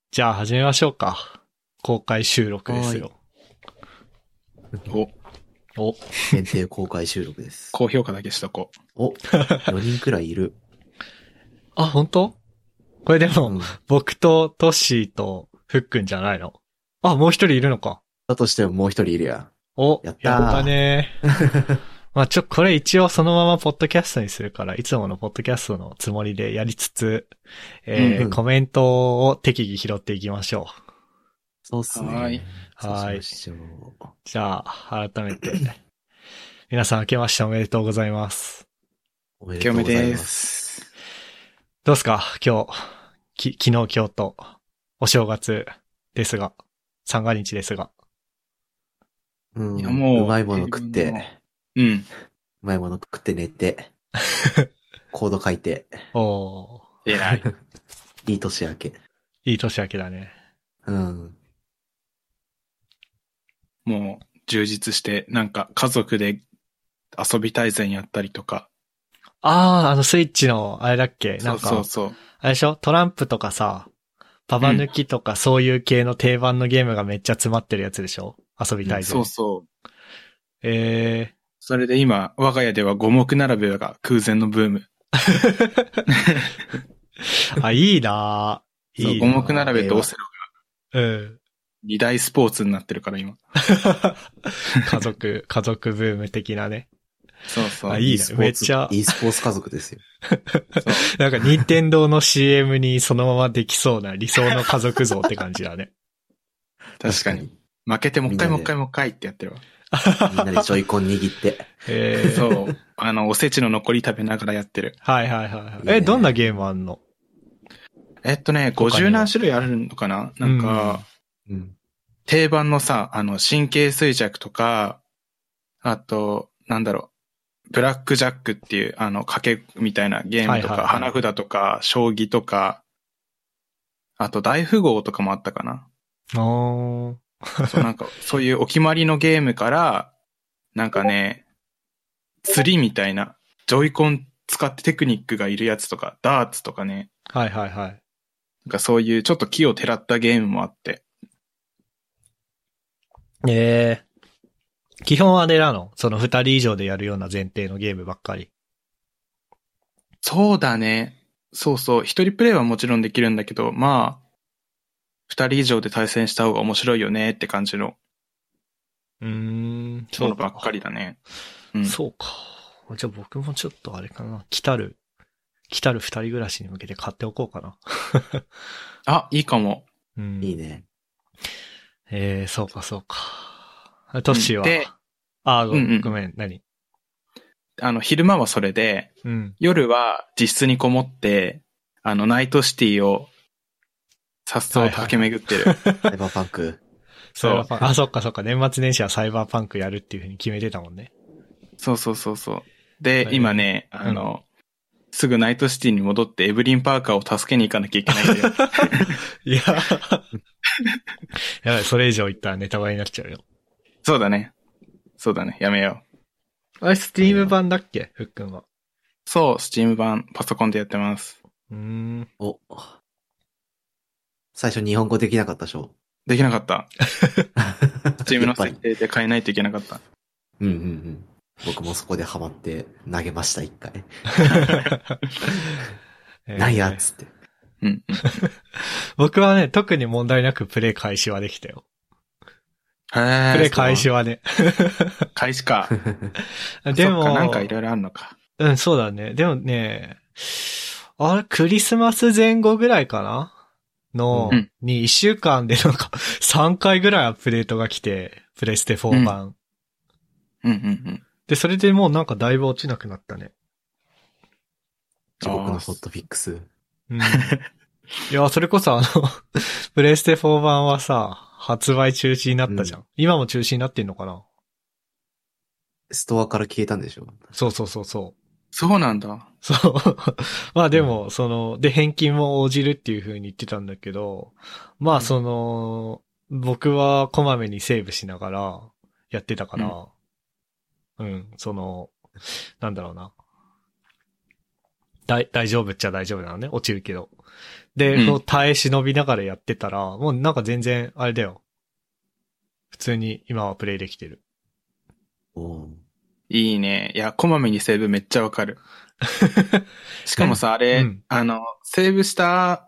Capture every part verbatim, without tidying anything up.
じゃあ始めましょうか。公開収録ですよ。 お、 お、 限定公開収録です。 高評価だけしとこお、よにんくらいいる。 あ、本当？これでも、 うん。 僕とトッシーとフックンじゃないの？あ、もう一人いるのか。 だとしてももう一人いるや。 お、 やったーやったねー。まあちょ、これ一応そのままポッドキャストにするから、いつものポッドキャストのつもりでやりつつ、えーうんコメントを適宜拾っていきましょう。 そうっすね。 はーいはーいそうしましょう。 じゃあ、改めて、皆さん明けましておめでとうございます。 おめう。 でとうござい清めでます。 す。 どうすか今日、き、昨日今日と、お正月ですが、三が日ですが。 うん。 いやもううまいもの食っ平て、 凡うん。 うまいもの食って寝て、コード書いて、 おー、 偉い。 いい年明け。 いい年明けだね。 うん。 もう、充実して、なんか、家族で遊び大全やったりとか。 あー、あのスイッチの、あれだっけなそうんか、 そうそう。 あれでしょトランプとかさ、パパ抜きとかそういう系の定番のゲームがめっちゃ詰まってるやつでしょ遊びたいぜ。 そうそう。 えそれで今、我が家では五目並べが空前のブーム。 ー。あ、いいなー。 そう、 いいなー五目並べとオセロがうん。 二大スポーツになってるから今。 家族、家族ブーム的なね。 そうそう。 あいいね e スポーツめっちゃ e スポーツ家族ですよ。 そうなんか、任天堂の シーエム にそのままできそうな理想の家族像って感じだね。 確かに。。負けてもう一回もう一回もう一回ってやってるわ。 みんなでジョイコン握って。 えー、 そう。あの、おせちの残り食べながらやってる。 はいはいはいはい。 いいねえ、どんなゲームあんの？ えっとね、 他にはごじゅう何種類あるのかななんか、 うん。 定番のさ、あの、神経衰弱とか、あと、なんだろう、ブラックジャックっていう、あの、賭けみたいなゲームとか、 はいはいはい花札とか、将棋とか、あと大富豪とかもあったかな。 おー。 そう、なんか、そういうお決まりのゲームから、なんかね、釣りみたいな、ジョイコン使ってテクニックがいるやつとか、ダーツとかね、 はいはいはい。 なんかそういうちょっと木をてらったゲームもあって。 えー、基本はあれなの？その二人以上でやるような前提のゲームばっかり。 そうだね。そうそう。一人プレイはもちろんできるんだけど、まあ、二人以上で対戦した方が面白いよねって感じのうーん、 ものばっかりだね。うん。 そうか。じゃあ僕もちょっとあれかな。来たる、来たる二人暮らしに向けて買っておこうかな。 あ、いいかも。 うん、 いいね。 えー、そうかそうか。トッシーは、 うんであーご、 うんうんごめん、何？ あの、昼間はそれで、 うん。 夜は自室にこもって、あの、ナイトシティを、さっそうと駆け巡ってる。 サイバーパンク。 そう。 あ、そっかそっか。年末年始はサイバーパンクやるっていう風に決めてたもんね。 そうそうそうそう。で、 えー今ね、あの、すぐナイトシティに戻ってエブリン・パーカーを助けに行かなきゃいけないんだよ。 いや、やばい、それ以上言ったらネタバレになっちゃうよ。 そうだね。そうだね。やめよう。 あれ、スティーム版だっけふっくんは。 そう、スチーム版、パソコンでやってます。 うーん。 お。最初日本語できなかったでしょ。 できなかった。スチームのやっぱり設定で変えないといけなかった。 うんうんうん。僕もそこでハマって投げました、一回。 えーなんやっつって。 うん、うん。 僕はね、特に問題なくプレイ開始はできたよ。 へープレイ開始はね。 開始か。 でも、 そっか、なんかいろいろあるのか。 うん、そうだね。でもね、あれ、クリスマス前後ぐらいかなの、 うんにいっしゅうかんでなんかさんかいぐらいアップデートが来て、プレステフォー版。 うん、うん、うん。 で、それでもうなんかだいぶ落ちなくなったね。 地獄のホットフィックス。 うん。いや、それこそあの、プレステフォー版はさ、発売中止になったじゃん。 う今も中止になってんのかな？ ストアから消えたんでしょ。 そうそうそうそう。 そうなんだ。 そう。まあでも、その、で、返金も応じるっていう風に言ってたんだけど、まあその、僕はこまめにセーブしながらやってたから、うん、その、なんだろうな。 だい大丈夫っちゃ大丈夫なのね。落ちるけど。で、 うんこう耐え忍びながらやってたら、もうなんか全然、あれだよ。普通に今はプレイできてる。 おーいいね。いや、こまめにセーブめっちゃわかる。しかもさ、あれ、 うんあの、セーブした、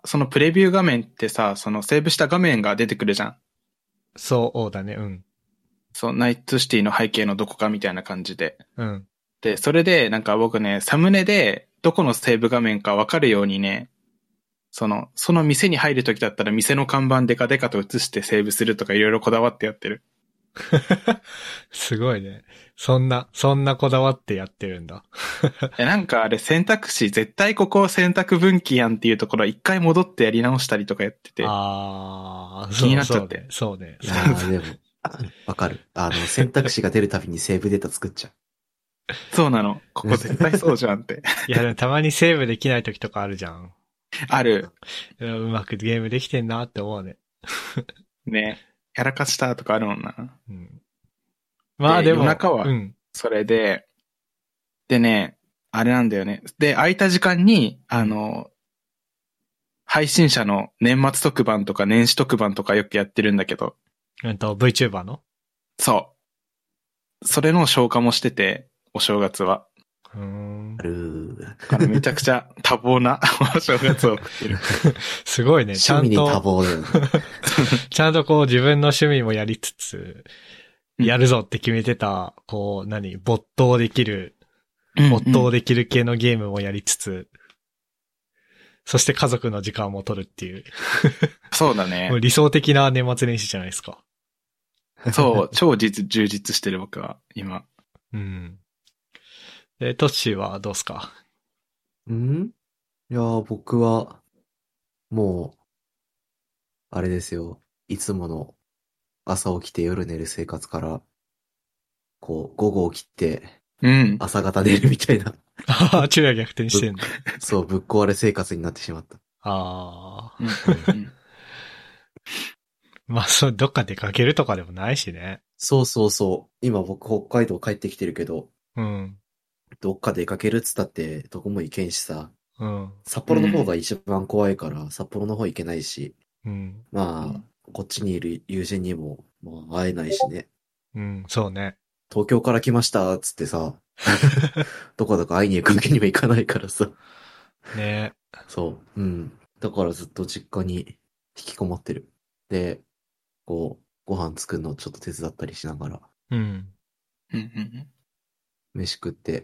そのプレビュー画面ってさ、そのセーブした画面が出てくるじゃん。 そうだね、うん。 そう、ナイトシティの背景のどこかみたいな感じで。 うん。 で、それで、なんか僕ね、サムネで、どこのセーブ画面かわかるようにね、その、その店に入るときだったら店の看板デカデカと映してセーブするとかいろいろこだわってやってる。 すごいね。そんな、そんなこだわってやってるんだ。 え、なんかあれ選択肢、絶対ここ選択分岐やんっていうところ一回戻ってやり直したりとかやってて。 あー、 気になっちゃってそうね。 いそうね。 やー、でも、あわかる。あの、選択肢が出るたびにセーブデータ作っちゃそうなの。ここ絶対そうじゃんって。 いや、でもたまにセーブできない時とかあるじゃん。 ある。 いやうまくゲームできてんなって思うね。 ね。やらかしたとかあるもんな。 うん。まあでも、 夜中はうん。 それで、でね、あれなんだよね。で、空いた時間に、あの、配信者の年末特番とか年始特番とかよくやってるんだけど、 うんと、VTuber のそう。それの消化もしてて、お正月は。 うーんう。あ。るだからめちゃくちゃ多忙なお正月を送ってる。 すごいね。ちゃん趣味に多と、 忙だよね。 ちゃんとこう自分の趣味もやりつつ、 うんやるぞって決めてた、こう、何、没頭できる、 うん没頭できる系のゲームもやりつつ、そして家族の時間も取るっていう、 そうだもうね。 理想的な年末年始じゃないですか。 そう、超実充実してる僕は、今。 うん。で、トッシーはどうすか？ んいやー、僕は、もう、あれですよ。いつもの朝起きて夜寝る生活から、こう、午後起きてうん。 朝方寝るみたいな、 ああ、昼夜逆転してんだ。 そう、ぶっ壊れ生活になってしまった。 ああ。 うんうんうんまあ、そう、どっか出かけるとかでもないしね。 そうそうそう。今僕北海道帰ってきてるけど、 うん。 どっか出かけるっつったってどこも行けんしさ、 うん。 札幌の方が一番怖いから、札幌の方行けないし、 うん。 まあ、こっちにいる友人にも、まあ、会えないしね。 うん。そうね。 東京から来ましたっつってさ、どこどこ会いに行くわけにもいかないからさ。 ね。 そう。うん。だからずっと実家に引きこもってる。で、こう、ご飯作るのをちょっと手伝ったりしながら、 うん。 うんうん飯食って、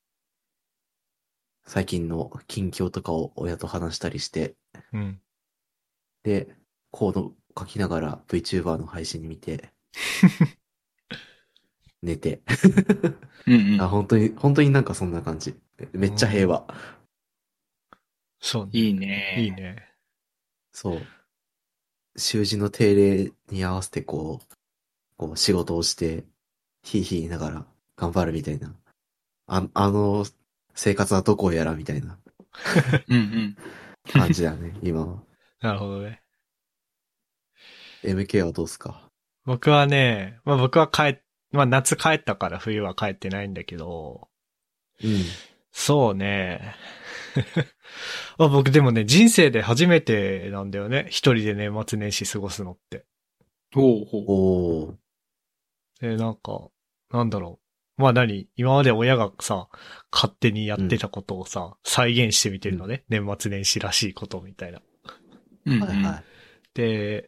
最近の近況とかを親と話したりして、 うん。 で、コード書きながら VTuber の配信見て、寝て。 うんうんあ、本当に、本当になんかそんな感じ。めっちゃ平和。 そうね。 いいね。 いいね。 そう。習字の定例に合わせてこう、こう仕事をして、ひいひい言いながら頑張るみたいな。ああの生活はどこをやらみたいなうんうん。 感じだよね、今は。 なるほどね。 エムケー はどうすか？ 僕はね、まあ僕は帰っ、まあ夏帰ったから冬は帰ってないんだけど、 うん。 そうね。まあ僕でもね、人生で初めてなんだよね。一人で年末年始過ごすのって。 ほうほう。 おー。 で、なんか、なんだろう。まあ何今まで親がさ、勝手にやってたことをさ、再現してみてるのね。年末年始らしいことみたいな。 うんうんはいはい。 で、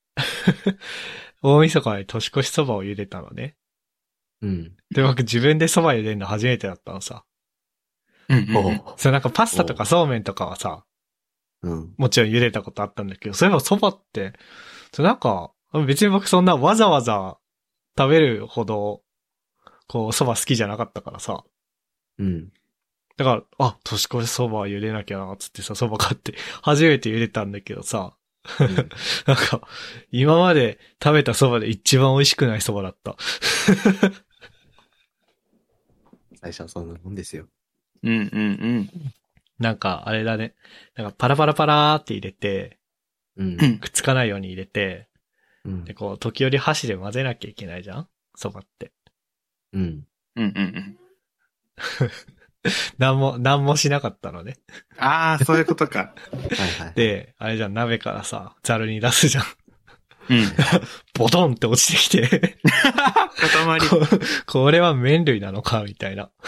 大晦日に年越しそばを茹でたのね。 うん。 で、僕自分でそば茹でるの初めてだったのさ。 うんうんうん。 おー。 それなんかパスタとかそうめんとかはさ、 うん。 もちろん茹でたことあったんだけど、そういえばそばって、そうなんか、別に僕そんなわざわざ食べるほど、こう、そば好きじゃなかったからさ。 うん。 だから、あ、年越しそば茹でなきゃな、つってさ、そば買って、初めて茹でたんだけどさ、 うんなんか、今まで食べたそばで一番美味しくないそばだった。 最初はそんなもんですよ。 うんうんうん。 なんか、あれだね。なんか、パラパラパラーって入れて、 うん。 うんくっつかないように入れて、 うんで、。こう、時折箸で混ぜなきゃいけないじゃんそばって。 うん。 うんうんなんも、なんもしなかったのね。 ああ、そういうことか。 はいはい。 で、あれじゃん、鍋からさ、ザルに出すじゃん。 うん。 ボトンって落ちてきて塊。 こ、これは麺類なのかみたいな。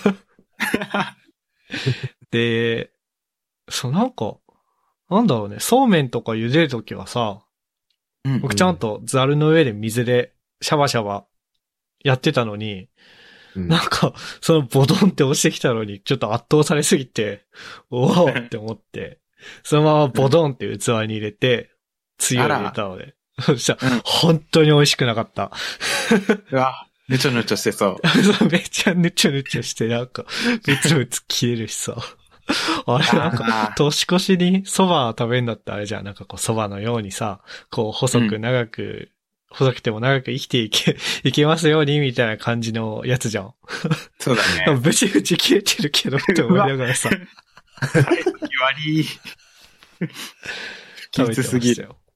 で、そうなんか、なんだろうね、そうめんとか茹でるときはさ、 うん僕ちゃんとザルの上で水でシャバシャバやってたのに、 うんなんか、そのボトンって落ちてきたのに、ちょっと圧倒されすぎて、おおって思って、そのままボトンって器に入れて、つゆを入れたので、そしたら、 うん本当に美味しくなかった。 うわ、ぬちょぬちょしてそう。 そうめっちゃぬちょぬちょして、なんか、ブツブツ切れるしさ。あれなんか、 あー年越しに蕎麦食べんだってあれじゃん。なんかこう蕎麦のようにさ、こう細く長く、細くても長く生きていけ、いけますようにみたいな感じのやつじゃん。 そうだね。 ブチブチ切れてるけどって思いながらさ、 割り。 食べてまきつすぎる。 したよ。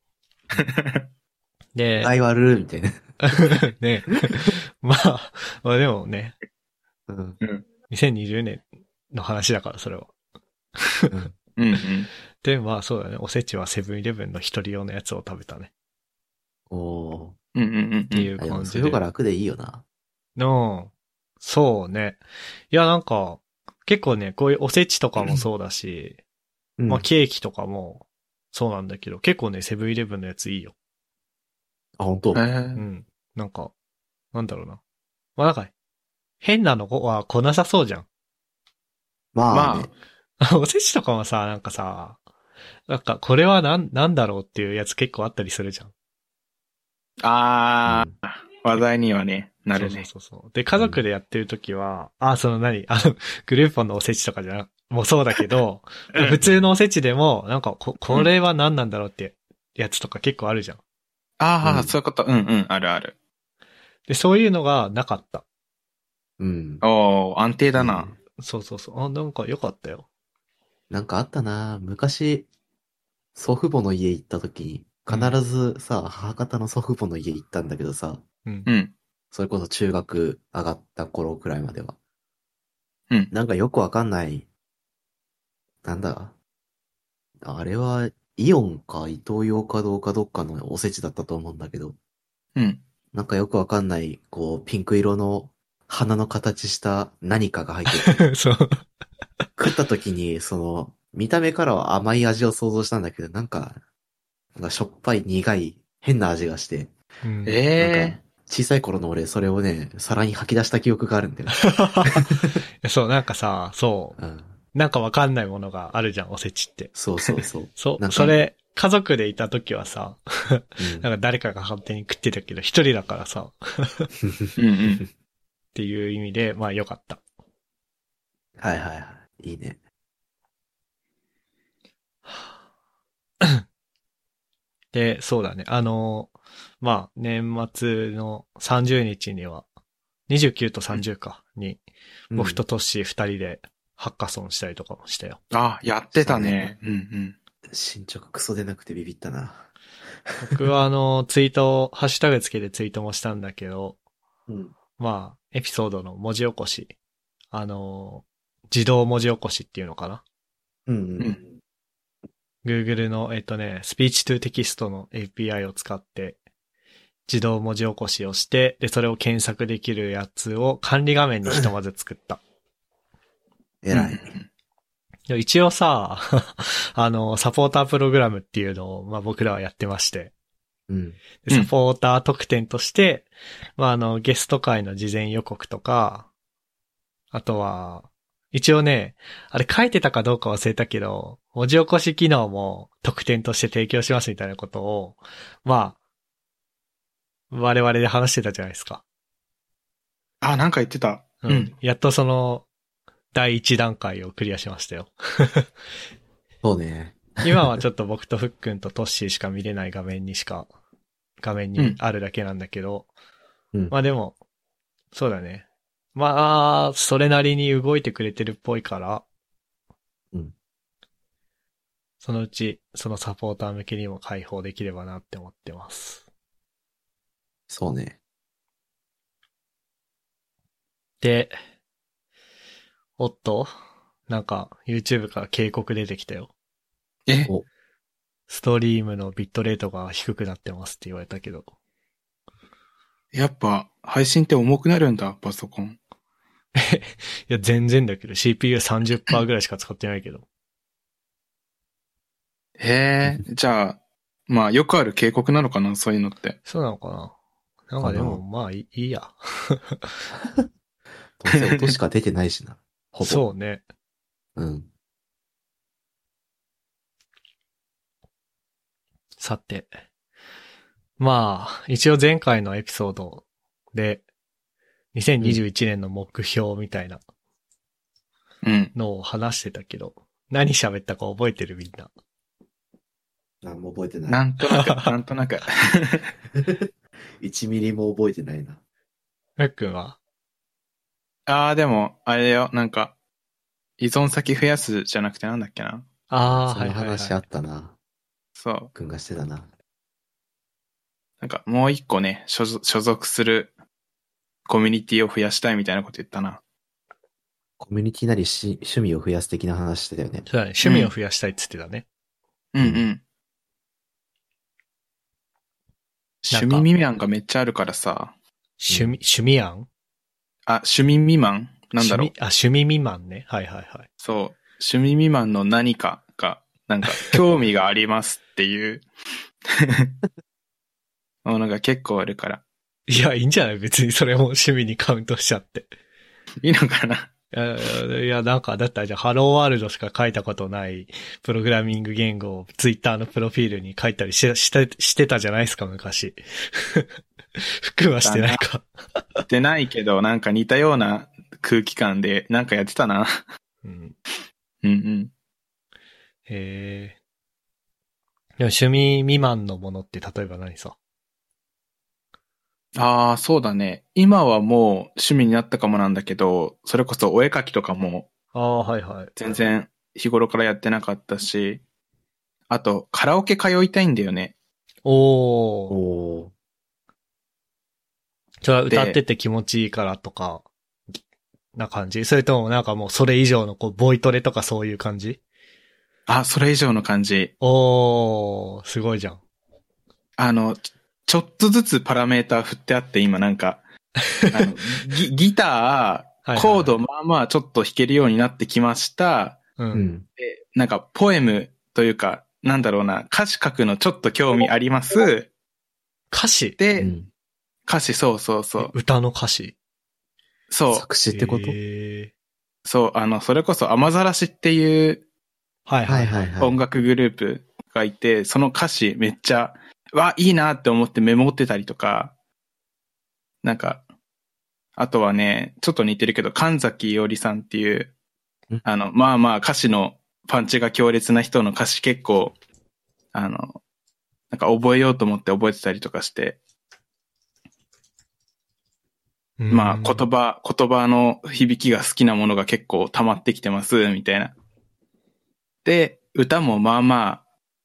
で、 愛悪みたいな。 ねまあ、まあでもね、 うん。 にせんにじゅうねんの話だから、それは。 うん。 うんうん。 で、まあそうだね、おせちはセブンイレブンの一人用のやつを食べたね。 おー。 うんうんうんっていうあ、でも感じでそれが。楽でいいよな。 うん。そうね。いや、なんか、結構ね、こういうおせちとかもそうだし、 うん。 まあケーキとかもそうなんだけど、結構ね、セブンイレブンのやついいよ。 あ、本当。 へうーん。なんか、なんだろうな。まあなんか、変なのは来なさそうじゃん。 まあね。 おせちとかもさ、なんかさ、なんか、これはなん、なんだろうっていうやつ結構あったりするじゃん。 あうんあ、話題にはね、なるね。 そうそうそうそう。で、家族でやってるときは、あ、その何あの、グルーポンのおせちとかじゃな、もうそうだけど、 うん普通のおせちでも、なんか、こ、これは何なんだろうってやつとか結構あるじゃん。 ああ、 うんそういうこと。うんうん、あるある。 で、そういうのがなかった。 うん。 おー、安定だな。 ねそうそうそう。あ、なんか良かったよ。 なんかあったな。昔、祖父母の家行った時に、必ずさ、母方の祖父母の家行ったんだけどさ、 うんう。ん。 それこそ中学上がった頃くらいまでは。 うん。 なんかよくわかんない、なんだあれは、イオンかイトーヨーかどうかどっかのおせちだったと思うんだけど、 うん。 なんかよくわかんない、こう、ピンク色の花の形した何かが入ってて、 そう。 食った時に、その、見た目からは甘い味を想像したんだけど、なんか、なんかしょっぱい苦い変な味がして、 うん、 なんえか、小さい頃の俺、それをね、皿に吐き出した記憶があるんだよね。 そう、なんかさ、そう。 うん。 なんかわかんないものがあるじゃん、おせちって。 そうそうそう。 そう、 なんかそれ、家族でいた時はさ、 うんなんか誰かが勝手に食ってたけど、一人だからさ、 うんうん。 っていう意味で、まあ良かった。 はいはいはい。いいね。 で、そうだね。あの、まあ、年末のさんじゅうにちには、にじゅうくとさんじゅうかに、僕とトッシー二人でハッカソンしたりとかもしたよ。 あ、やってたね。うんうん。 進捗クソ出なくてビビったな。 僕はあの、ツイート、ハッシュタグつけてツイートもしたんだけど、 うん。 まあ、エピソードの文字起こし、あの、自動文字起こしっていうのかな。 うんう。 うんん。 Google の、えっとね、スピーチトゥテキストの エーピーアイ を使って、自動文字起こしをして、で、それを検索できるやつを管理画面にひとまず作った。 偉い。 で一応さ、あの、サポータープログラムっていうのを、まあ僕らはやってまして、 うん。 でサポーター特典として、まああの、ゲスト会の事前予告とか、あとは、一応ね、あれ書いてたかどうか忘れたけど、文字起こし機能も特典として提供しますみたいなことを、まあ、我々で話してたじゃないですか。 あ、なんか言ってた。 う。 うんん。 やっとその、第一段階をクリアしましたよ。 そうね。 今はちょっと僕とふっくんとトッシーしか見れない画面にしか、画面にあるだけなんだけど、 うん。 まあでも、そうだね。まあ、それなりに動いてくれてるっぽいから、 うん。 そのうち、そのサポーター向けにも開放できればなって思ってます。 そうね。 で、 おっとなんか YouTube から警告出てきたよ。 えおストリームのビットレートが低くなってますって言われたけど。 やっぱ配信って重くなるんだ、パソコン。 いや、全然だけど シーピーユーさんじゅっパーセント ぐらいしか使ってないけど。 へえ、じゃあ、まあよくある警告なのかな、そういうのって。 そうなのかななんかでも、まあいいいいや。 どうせ音しか出てないしな。ほぼ。 そうね。 うん。 さて。まあ、一応前回のエピソードで、にせんにじゅういちねんの目標みたいなうん。 のを話してたけど、何喋ったか覚えてるみんな。 なんも覚えてない。 なんとなく、なんとなく。 いちミリも覚えてないな。 ふっくんはああ、でも、あれだよ、なんか、依存先増やすじゃなくてなんだっけな。 ああ、 そのはいはいはい。 話あったな。 そう。 くんがしてたな。 なんか、もう一個ね、所属所属するコミュニティを増やしたいみたいなこと言ったな。 コミュニティなりし趣味を増やす的な話してたよね。 そうだね。趣味を増やしたいって言ってたね。 うんうん。趣味未満がめっちゃあるからさ。 趣味、趣味案あ、趣味未満なんだろう。 趣味、あ、趣味未満ね。はいはいはい。 そう。趣味未満の何かが、なんか、興味がありますっていうものが結構あるから。 いや、いいんじゃない別にそれも趣味にカウントしちゃって。 いいのかな。 いや、いやなんか、だったらじゃあ、ハローワールドしか書いたことないプログラミング言語をツイッターのプロフィールに書いたりししてしてたじゃないですか、昔。服はしてないか。 してないけど、なんか似たような空気感で、なんかやってたな。 うん。 うんうん。 へえ。でも趣味未満のものって例えば何さああ、そうだね。今はもう趣味になったかもなんだけど、それこそお絵描きとかもああ、はいはい。 全然日頃からやってなかったし、あとカラオケ通いたいんだよね。 おー。 おー。 それは歌ってて気持ちいいからとか、な感じそれともなんかもうそれ以上のこう、ボイトレとかそういう感じあ、それ以上の感じ。 おー、すごいじゃん。 あの、ちちょっとずつパラメーター振ってあって今なんか、あのギギター、コードまあまあちょっと弾けるようになってきました。 う。 うんん。 でなんかポエムというか、なんだろうな、歌詞書くのちょっと興味あります。 歌詞で、 うん歌詞そうそうそう。 歌の歌詞そう。 作詞ってこと、 へーそう、あの、それこそ雨ざらしっていうはいはいはい。 はいはい音楽グループがいて、その歌詞めっちゃ、わ、いいなって思ってメモってたりとか、なんか、あとはね、ちょっと似てるけど、神崎伊織さんっていううん、 あの、まあまあ歌詞のパンチが強烈な人の歌詞結構、あの、なんか覚えようと思って覚えてたりとかして、まあ言葉、言葉の響きが好きなものが結構溜まってきてます、みたいな。で、歌もまあまあ、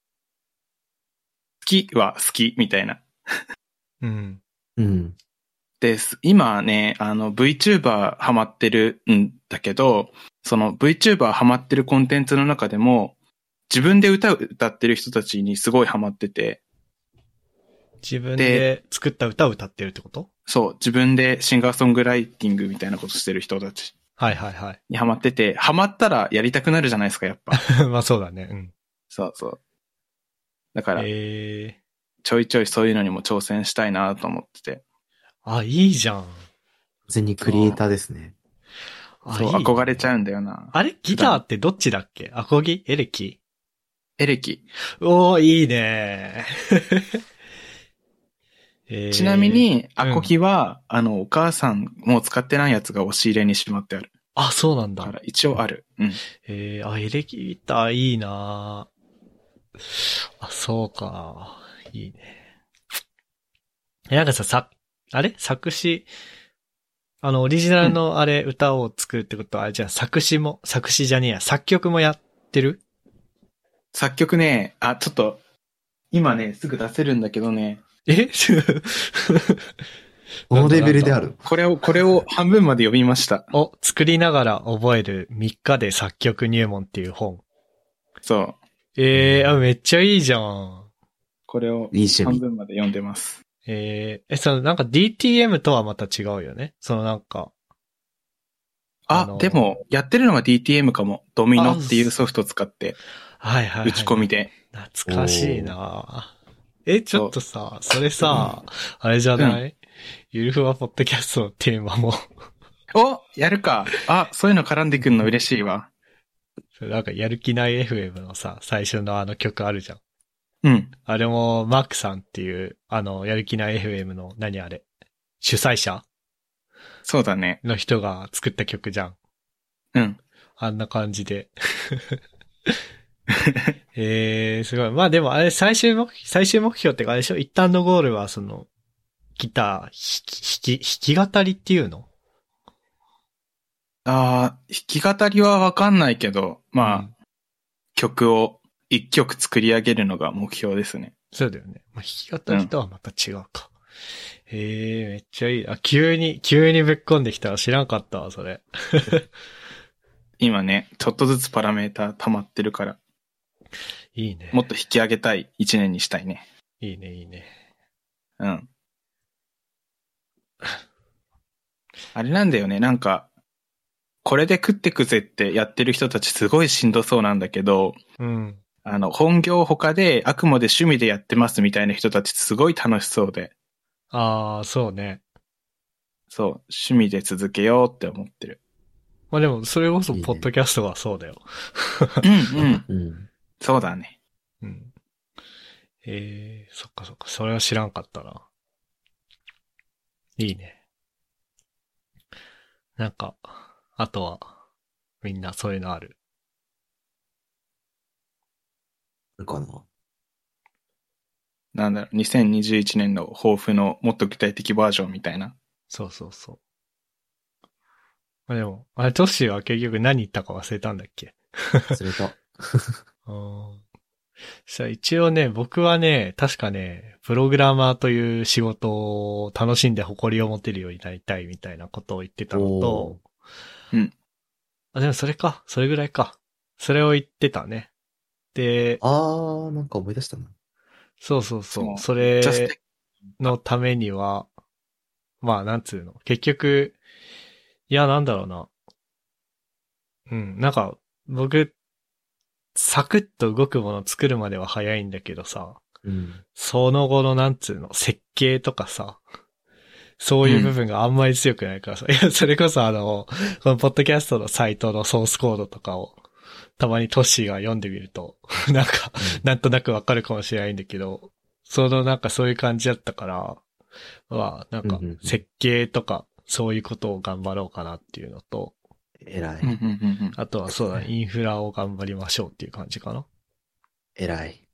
好きは好き、みたいな。 うん。 うん。 です。今ね、あの VTuber ハマってるんだけど、その VTuber ハマってるコンテンツの中でも、自分で歌を歌ってる人たちにすごいハマってて。 自分で作った歌を歌ってるってことそう、自分でシンガーソングライティングみたいなことしてる人たち。 はいはいはい。 にハマってて、ハマったらやりたくなるじゃないですか、やっぱ。 まあそうだね。うん。 そうそう。だから、 えちょいちょいそういうのにも挑戦したいなと思ってて。 ー、あ、いいじゃん。 完全にクリエイターですね。 そう、 あいいね憧れちゃうんだよな。 あれギターってどっちだっけアコギエレキエレキ。 おー、いいねえーちなみに、アコギは、うん、あの、お母さんもう使ってないやつが押し入れにしまってある。 あ、そうなんだ。 だから一応ある。うん。 えー、あ、エレキギターいいなあ、そうか。いいね。え、なんかさ、さ、あれ作詞、あの、オリジナルのあれ、うん、歌を作るってことは、あれじゃあ作詞も、作詞じゃねえや、作曲もやってる？ 作曲ね、あ、ちょっと、今ね、すぐ出せるんだけどね。 えこのレベルである。 これを、これを半分まで読みました。 お、作りながら覚えるみっかで作曲入門っていう本。 そう。 えー、あ、めっちゃいいじゃん。 これをいい趣味半分まで読んでます。 えー、え、そのなんか ディーティーエム とはまた違うよね。そのなんか。 あ、 あのーでも、やってるのが ディーティーエム かも。ドミノっていうソフトを使って、 はいはい、はい。 打ち込みで。 懐かしいなえ、ちょっとさ、それさ、あれじゃない、 うん、 ゆるふわポッドキャストのテーマもおやるか。あ、そういうの絡んでくるの嬉しいわ。 なんかやる気ない エフエム のさ、最初のあの曲あるじゃん。 うん。 あれも、マークさんっていう、あの、やる気ない エフエム の、何あれ、主催者そうだね。 の人が作った曲じゃん。 うん。 あんな感じで。えー、すごい。まあでもあれ最終目、最終目標ってかあれでしょ、一旦のゴールはその、ギター、弾き、弾き、弾き語りっていうの？ ああ、弾き語りはわかんないけど、まあ、 うん、 曲を一曲作り上げるのが目標ですね。 そうだよね。まあ、弾き語りとはまた違うか。うん、へえ、めっちゃいい。あ、急に、急にぶっこんできたら知らんかったわ、それ。 今ね、ちょっとずつパラメータ溜まってるから。 いいね。 もっと引き上げたい一年にしたいね。 いいね、いいね。 うん。あれなんだよね、なんか、これで食ってくぜってやってる人たちすごいしんどそうなんだけど、 うん。 あの、本業他であくまで趣味でやってますみたいな人たちすごい楽しそうで。 ああ、そうね。 そう、趣味で続けようって思ってる。 まあでも、それこそ、ポッドキャストはそうだよ。 いいね、うんうん。 うん。 そうだね。 うん。ええー、そっかそっか。それは知らんかったな。いいね。なんか、あとは、みんなそういうのある。 あるかな。 なんだろう、にせんにじゅういちねんの抱負のもっと具体的バージョンみたいな。 そうそうそう。まあでも、あれ、トッシーは結局何言ったか忘れたんだっけ？ 忘れた。 うんさあ一応ね、僕はね、確かね、プログラマーという仕事を楽しんで誇りを持てるようになりたいみたいなことを言ってたのと、 うん。 あ、でもそれか、それぐらいか。それを言ってたね。で、 あー、なんか思い出したな。 そうそうそう、 そそうれめっちゃ素敵のためには、まあ、なんつうの、結局、いや、なんだろうな。うん、なんか、僕、サクッと動くもの作るまでは早いんだけどさ、 うん。 その後のなんつうの、設計とかさ、そういう部分があんまり強くないからさ、いや、それこそあの、このポッドキャストのサイトのソースコードとかを、たまにトッシーが読んでみると、なんか、なんとなくわかるかもしれないんだけど、そのなんかそういう感じだったから、まあ、なんかうんうんうん、 設計とか、そういうことを頑張ろうかなっていうのと、 偉い。 うんうんうんうん。 あとはそうだ、インフラを頑張りましょうっていう感じかな。 偉い。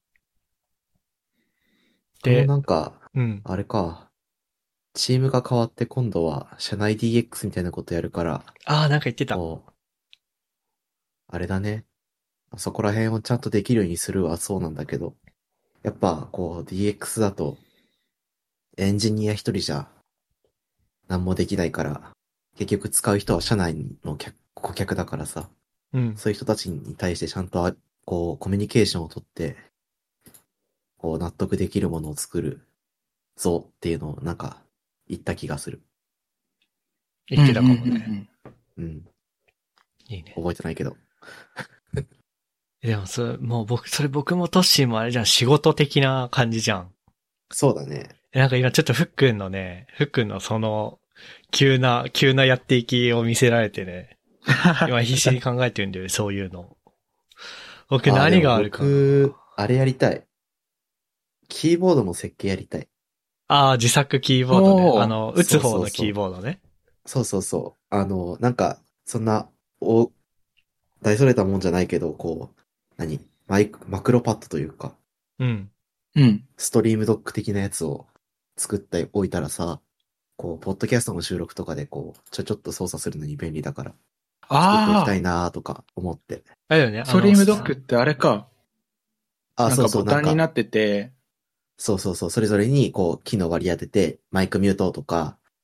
ででもなんか、 うん。 あれか。チームが変わって今度は社内 ディーエックス みたいなことやるから、 ああ、なんか言ってた。 こう、あれだね。そこら辺をちゃんとできるようにするはそうなんだけど、やっぱこう ディーエックス だと、エンジニア一人じゃ何もできないから、結局使う人は社内の客顧客だからさ、 うん。 そういう人たちに対してちゃんとあこうコミュニケーションをとって、こう納得できるものを作るぞっていうのをなんか言った気がする。 言ってたかもね。 うんうんうんうん。 いいね。 覚えてないけど。 でもそれ、もう僕、それ僕もトッシーもあれじゃん、仕事的な感じじゃん。 そうだね。 なんか今ちょっとふっくんのね、ふっくんのその、急な、急なやっていきを見せられてね、今必死に考えてるんだよね、そういうの。僕あ何があるかな。 僕、あれやりたい。キーボードの設計やりたい。 ああ、自作キーボードね。 おーあの、打つ方のそうそうそうキーボードね。 そうそうそう。あの、なんか、そんな、お、大それたもんじゃないけど、こう、何マイク、マクロパッドというか、 うん。 うん。 ストリームドック的なやつを作っておいたらさ、こう、ポッドキャストの収録とかでこう、ちょちょっと操作するのに便利だから、作っておきあたいなーとか思って。 あれだよね。 あ、ストリームドックってあれか。 あ、 なんかそうそう、なんか、 ボタンになってて、 そうそうそう、それぞれにこう、機能割り当てて、マイクミュートとか、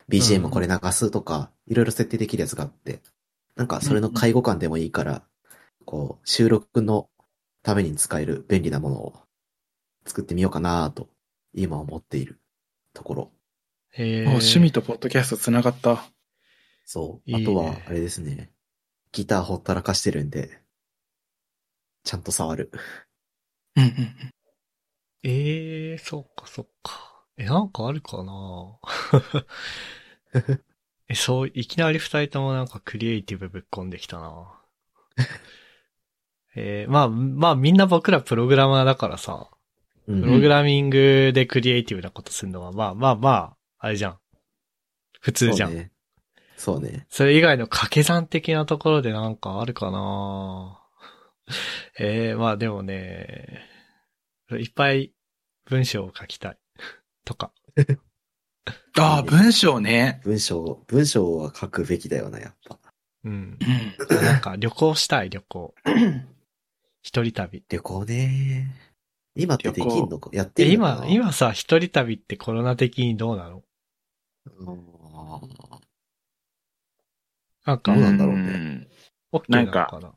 ビージーエム これ流すとか、いろいろ設定できるやつがあって、なんかそれの介護官でもいいから、こう、収録のために使える便利なものを作ってみようかなと、今思っているところ。 へえ。 趣味とポッドキャストつながった。 そう。 いいねあとは、あれですね。ギターほったらかしてるんで、ちゃんと触る。 うんうんうん。 ええー、そっかそっか。え、なんかあるかなえ、そう、いきなり二人ともなんかクリエイティブぶっ込んできたな。えー、まあ、まあみんな僕らプログラマーだからさ、 うんプログラミングでクリエイティブなことするのは、まあまあまあ、あれじゃん。普通じゃん。 そうね。そうね。 それ以外の掛け算的なところでなんかあるかな。えー、まあでもね、いっぱい文章を書きたい。とか。 ああ、 いいね文章ね。 文章、文章は書くべきだよな、やっぱ。 うんう。ん。 なんか旅行したい、旅行。一人旅。 旅行ね。今ってできんのかやってえ、 いいのかな今、今さ、一人旅ってコロナ的にどうなの？ あーなんか、 どうなんだろうねん OK なかなんのか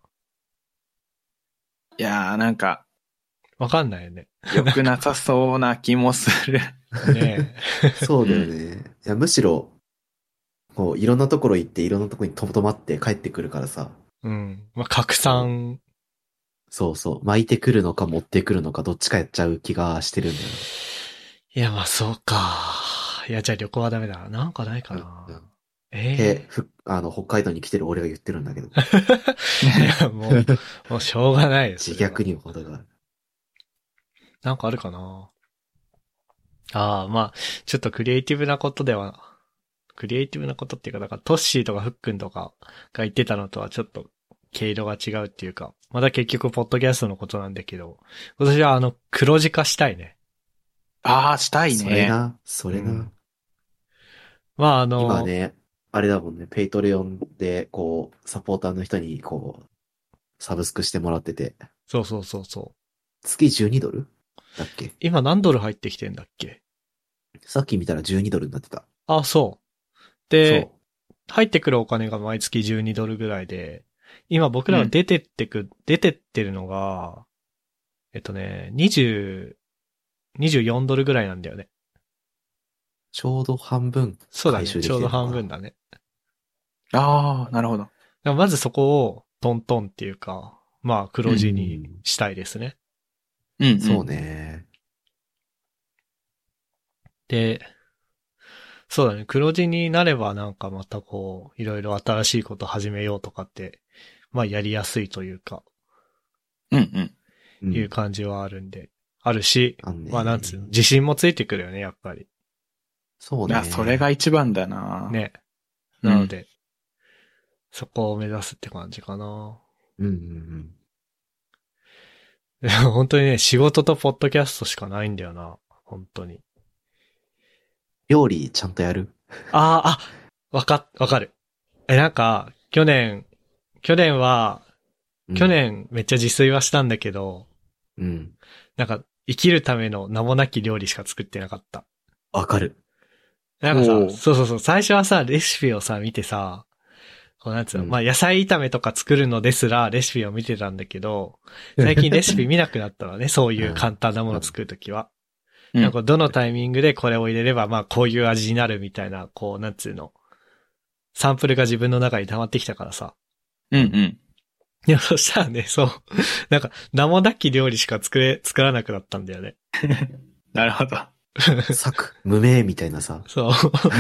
ないやーなんか、 わかんないよね。 良くなさそうな気もする。 ねそうだよね。いや、むしろ、こう、いろんなところ行って、いろんなところにとどまって帰ってくるからさ。 え。うん。まあ、拡散。 そうそう。巻いてくるのか持ってくるのか、どっちかやっちゃう気がしてるんだよいや、まあ、そうか。いや、じゃあ旅行はダメだ。なんかないかな。 な。 うんうんえで、 えふ、あの、北海道に来てる俺が言ってるんだけど。 いや、もう、もうしょうがないです。 自虐にも程がある。 なんかあるかな。ああ、まあ、ちょっとクリエイティブなことでは、クリエイティブなことっていうか、だからトッシーとかフックンとかが言ってたのとはちょっと毛色が違うっていうか、まだ結局ポッドキャストのことなんだけど、私はあの、黒字化したいね。 ああ、したいね。 それな、それな。 うんまああの、 今ね、あれだもんね、ペイトレオンで、こう、サポーターの人に、こう、サブスクしてもらってて、 そうそうそうそう。 月じゅうにドルだっけ今何ドル入ってきてんだっけ？ さっき見たらじゅうにドルになってた。 あ、そう。で、 そ入ってくるお金が毎月じゅうにドルぐらいで、今僕らが出てってく、出てってるのが、えっとね、にじゅう、にじゅうよんドルぐらいなんだよね。 う。ちょうど半分そうだね。 回収でちょうどきてるのかな。 半分だね。 ああ、なるほど。 だからまずそこをトントンっていうか、まあ黒字にうんしたいですね。 うん、うん。 そう。ね。 で、そうだね。黒字になればなんかまたこう、いろいろ新しいこと始めようとかって、まあやりやすいというか、 うん、うん。 うんいう感じはあるんで、あるし、 あんねまあなんつうの、自信もついてくるよね、やっぱり。 そうね。 あ、それが一番だな。 ね。 うん。 なので、そこを目指すって感じかな。 うんうんうん。 でも本当にね、仕事とポッドキャストしかないんだよな。本当に。 料理ちゃんとやるああ、あ、わか、わかる。え、なんか、去年、去年は、去。年めっちゃ自炊はしたんだけど、 うんうん。 なんか、生きるための名もなき料理しか作ってなかった。 わかる。 なんかさ、 おうそうそうそう、最初はさ、レシピをさ、見てさ、こうなんつうの、 うんまあ野菜炒めとか作るのですらレシピを見てたんだけど、最近レシピ見なくなったのね、そういう簡単なものを作るときは。 うんなんかどのタイミングでこれを入れれば、まあこういう味になるみたいな、こう、なんつうの、サンプルが自分の中に溜まってきたからさ。 うん、うん。 いや、そしたらね、そう、なんか名もなき料理しか作れ、作らなくなったんだよね。 なるほど。 作、無名みたいなさ。 そう。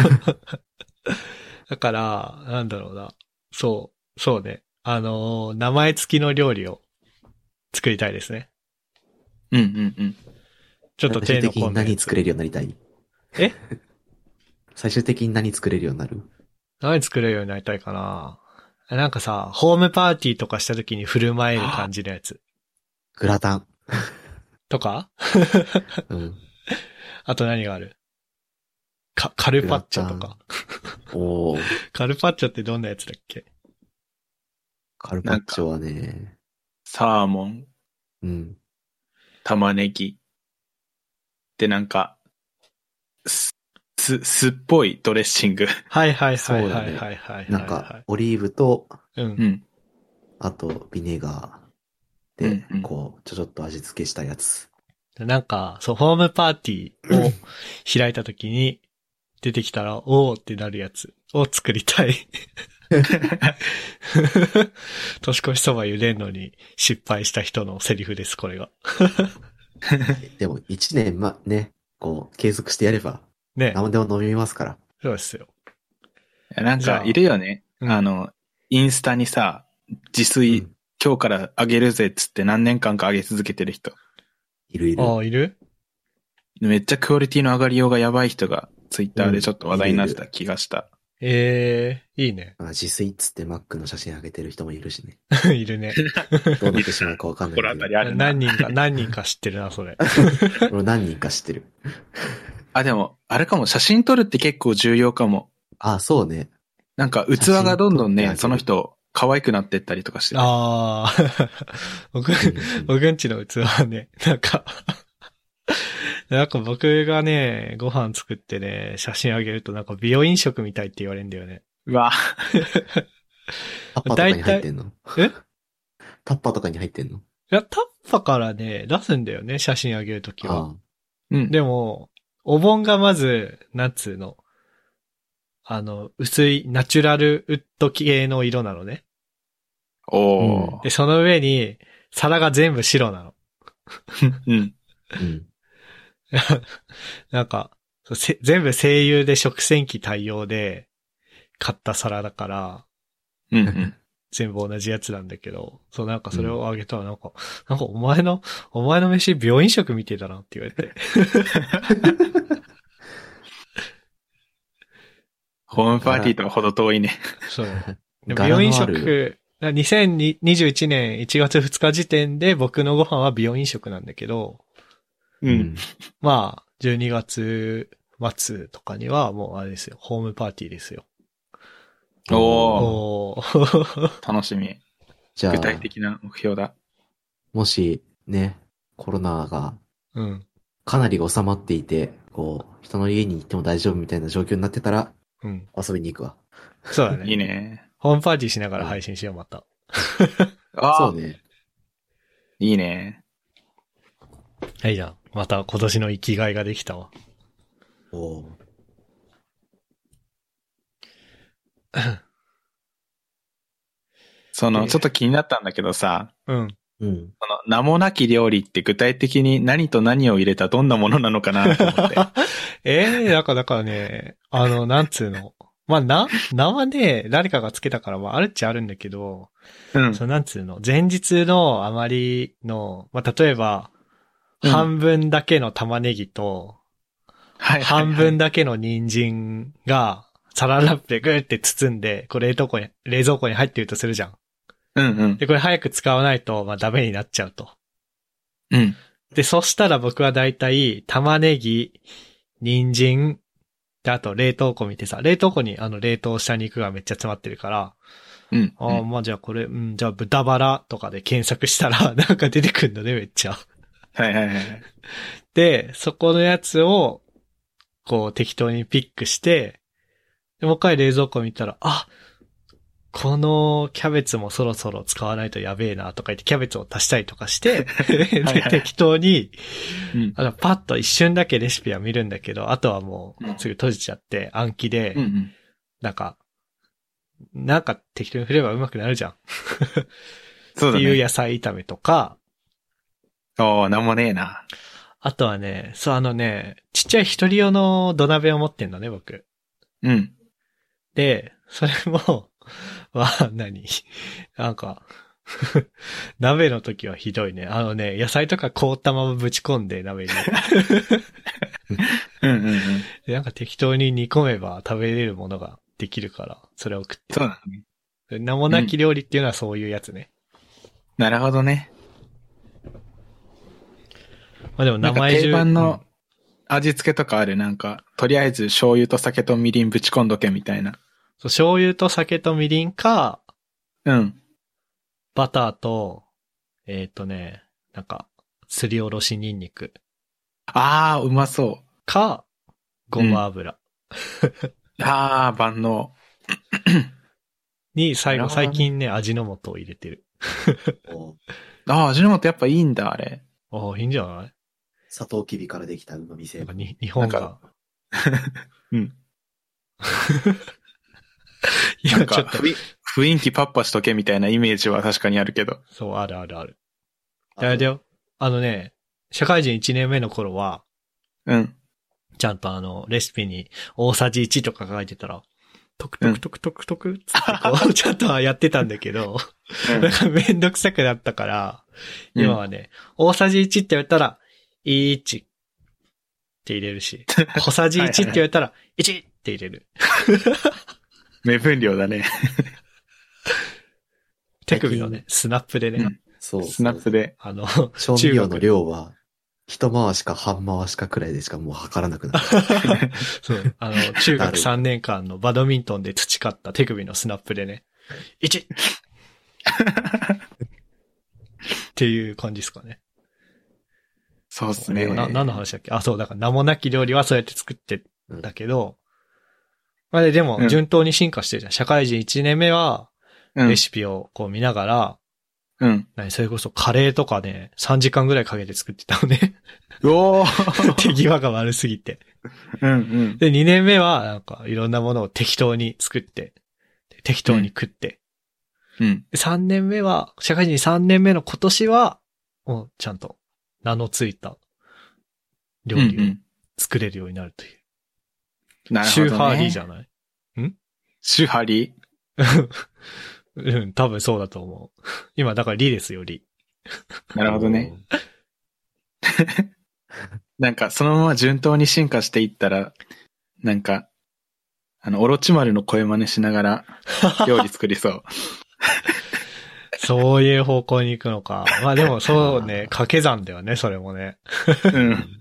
だから、なんだろうな。そう、そうね。あのー名前付きの料理を作りたいですね。 うん、うん、うん。 ちょっと手の最終的に込んだやつ何作れるようになりたいえ最終的に何作れるようになる何作れるようになりたいかな。なんかさ、ホームパーティーとかした時に振る舞える感じのやつ。 グラタン。 とかうん。 あと何があるか、カルパッチョとか。 おー。 カルパッチョってどんなやつだっけ？ カルパッチョはね、 サーモン、 うん。 玉ねぎ。で、なんか、ス酢、酢っぽいドレッシング。 はいはいはいそうだねはいはいはい。 なんか、オリーブと、 う。 うんん。 あと、ビネガーでうんうん、 こう、ちょちょっと味付けしたやつ。 なんか、そう、ホームパーティーを開いた時に出てきたら、おーってなるやつを作りたい。年越しそば茹でんのに失敗した人のセリフです、これが。 でも、一年、ま、ね、こう、継続してやれば、 ね。 何でも飲みますから。 そうですよ。 なんか、いるよね。 うんあの、インスタにさ、自炊、 うん今日からあげるぜっつって何年間かあげ続けてる人。 いるいる。 ああ、いる？ めっちゃクオリティの上がりようがやばい人が、ツイッターでちょっと話題になってたうんいるい気がした。 ええー、いいね。 まあ、自炊っつってマックの写真上げてる人もいるしね。 いるね。 どうなってしまうかわかんないけど心当た。りあるな。 何人か、何人か知ってるな、それ。 俺何人か知ってる。 あ、でも、あれかも、写真撮るって結構重要かも。 あ、そうね。 なんか、器がどんどんね、 写真撮ってあげるその人、可愛くなってったりとかしてて。 ああ、僕、 うん僕んちの器はね、なんか、なんか僕がね、ご飯作ってね、写真あげるとなんか美容飲食みたいって言われるんだよね。 うわ。 タッパーとかに入ってんのえタッパーとかに入ってんのいや、タッパからね、出すんだよね、写真あげるときは。 あうん。 でも、お盆がまず、なんつうの、あの、薄いナチュラルウッド系の色なのね。 おー。 で、その上に、皿が全部白なの。 うん。 あ。うん。 なんか、せ全部精油で食洗機対応で買った皿だから、 うんうん。 全部同じやつなんだけど、そうなんかそれをあげたらなんか、なんかお前の、お前の飯病院食みてえだなって言われて。 ホームパーティーとはほど遠いね。 そう。でも柄病院のある。 食、にせんにじゅういちねんいちがつふつか時点で僕のご飯は美容飲食なんだけど、 う。 うんまあ、じゅうにがつ末とかにはもうあれですよ、ホームパーティーですよ。 おー。 おー。 楽しみ。 じゃあ、 具体的な目標だ。 もし、ね、コロナがうん。 かなり収まっていて、こう、人の家に行っても大丈夫みたいな状況になってたら、 うん。 遊びに行くわ。 そうだね。 いいね。 ホームパーティーしながら配信しよう、また。 ああ、 そうね。 いいね。 はいじゃん。また今年の生きがいができたわ。 おーその、 でちょっと気になったんだけどさ、 うん。 うん。 その、名もなき料理って具体的に何と何を入れたどんなものなのかなと思って。 ええー、だから、だからね、あの、なんつうの。まあ、な、名はね、誰かがつけたから、まあ、あるっちゃあるんだけど、 うん。 そう、なんつうの。前日のあまりの、まあ、例えば、 うん半分だけの玉ねぎと、 はいはいはい。 半分だけの人参が、サランラップでグーって包んで、これ冷凍庫に、冷蔵庫に入ってるとするじゃん。 うんうん。 で、これ早く使わないと、まあ、ダメになっちゃうと。 うん。 で、そしたら僕はだいたい玉ねぎ、人参、で、あと冷凍庫見てさ、冷凍庫にあの冷凍した肉がめっちゃ詰まってるから、 うん。 ああ、まあじゃあこれ、うん、じゃあ豚バラとかで検索したら、なんか出てくるのね、めっちゃ。 はいはいはい。 で、そこのやつを、こう適当にピックして、でもう一回冷蔵庫見たら、あ、このキャベツもそろそろ使わないとやべえなとか言ってキャベツを足したりとかして、ではい適当に、 うん。 あの、パッと一瞬だけレシピは見るんだけど、あとはもうすぐ閉じちゃって暗記で、 うんうん。 なんか、なんか適当に振ればうまくなるじゃん。 そうだね。 っていう野菜炒めとか、 おー、なんもねえな。 あとはね、そうあのね、ちっちゃい一人用の土鍋を持ってんのね、僕。 うん。 で、それも、まあ、何なんか、鍋の時はひどいね。あのね、野菜とか凍ったままぶち込んで鍋に。 うんうんうん。 でなんか適当に煮込めば食べれるものができるから、それを食ってそうだね。 る。名もなき料理っていうのはそういうやつね。 なるほどね。 まあでもなんか名前中。 定番の味付けとかあるなんか、とりあえず醤油と酒とみりんぶち込んどけみたいな。 そう醤油と酒とみりんか、 うん。 バターと、えっ、とね、なんか、すりおろしニンニクあー、うまそか、ごま油。 あー、万能。 に、最後、 なるほどね最近ね、味の素を入れてる。 おあー、味の素やっぱいいんだ、あれ。 ああ、いいんじゃない？ サトウキビからできた旨味成分。 なんかに、日本なんが。 うん。なんか、 今ちょっと、 雰囲雰囲気パッパしとけみたいなイメージは確かにあるけど。 そう、あるあるある。 あであれだよ。あのね、社会人いちねんめの頃は、 うん。 ちゃんとあの、レシピに大さじいちとか書いてたら、トクトクトクトクトクつってこう、ちゃんとはやってたんだけど、 うんなんかめんどくさくなったから、 うん今はね、大さじいちって言われたら、いちって入れるし、小さじいちって言われたら、いちって入れる。 目分量だね。 手首のね、スナップでね、 うん。 そうそう。 スナップで。 あの、 調味料の中学量は、一回しか半回しかくらいでしかもう測らなくなる。 そう、あの、中学なるさんねんかんのバドミントンで培った手首のスナップでね、いちっていう感じですかね。 そうっすね。 な、何の話だっけ？あ、そう、だから名もなき料理はそうやって作ってたけど、まあででも、 うん順当に進化してるじゃん。社会人いちねんめは、 うん。 レシピをこう見ながら、 うん。 何、それこそカレーとかね、さんじかんぐらいかけて作ってたのね。 おー手際が悪すぎて。 うんうん。 で、にねんめは、なんか、いろんなものを適当に作って、適当に食って。 うん。 でさんねんめは、社会人さんねんめの今年は、もうちゃんと名のついた料理をうんうん。 作れるようになるという。 なるほど、ね。 シューハーリーじゃない？ シューハーリうん、多分そうだと思う。今、だからリですよ、リ。 ーなるほどね。なんか、そのまま順当に進化していったら、なんか、あの、オロチマルの声真似しながら、料理作りそう。 そういう方向に行くのか。まあでもそうね、掛け算だよね、それもね。 うん。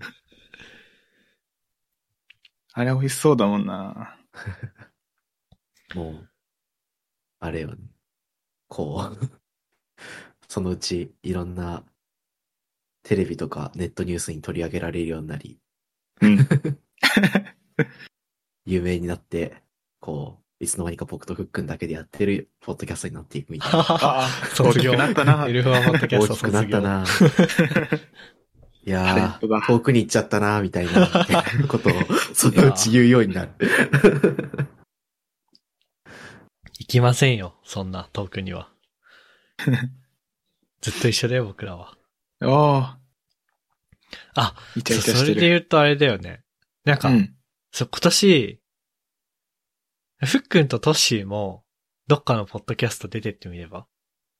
あれ美味しそうだもんな。 もう、あれよね。こう、そのうちいろんなテレビとかネットニュースに取り上げられるようになり、 うん。 有名になって、こう、いつの間にか僕とふっくんだけでやってるポッドキャストになっていくみたいな。 ああ、 卒業大きくなったな。 エルフワポッドキャスト大きくな卒業。 ったな。いタレンやトだー、遠くに行っちゃったな、みたいなことを、そのうち言うようになる。 行きませんよ、そんな遠くには。ずっと一緒だよ、僕らは。 おー、 あ、 イチャイチそそれでャしてる。 言うとあれだよね。なんか、 うん。 そう、今年、ふっくんとトッシーも、どっかのポッドキャスト出てってみればっ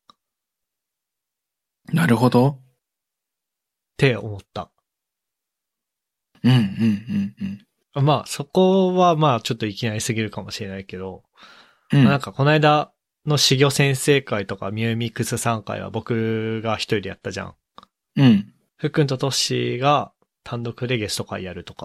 なるほど。 て思った。 うん、うん、うん、うん。 まあ、そこはまあ、ちょっといきなりすぎるかもしれないけど、 うん。 まあなんかこの間の始魚先生会とかミューミックスさんかいは僕が一人でやったじゃん。 うん。 ふっくんとトッシーが単独でゲスト会やるとか。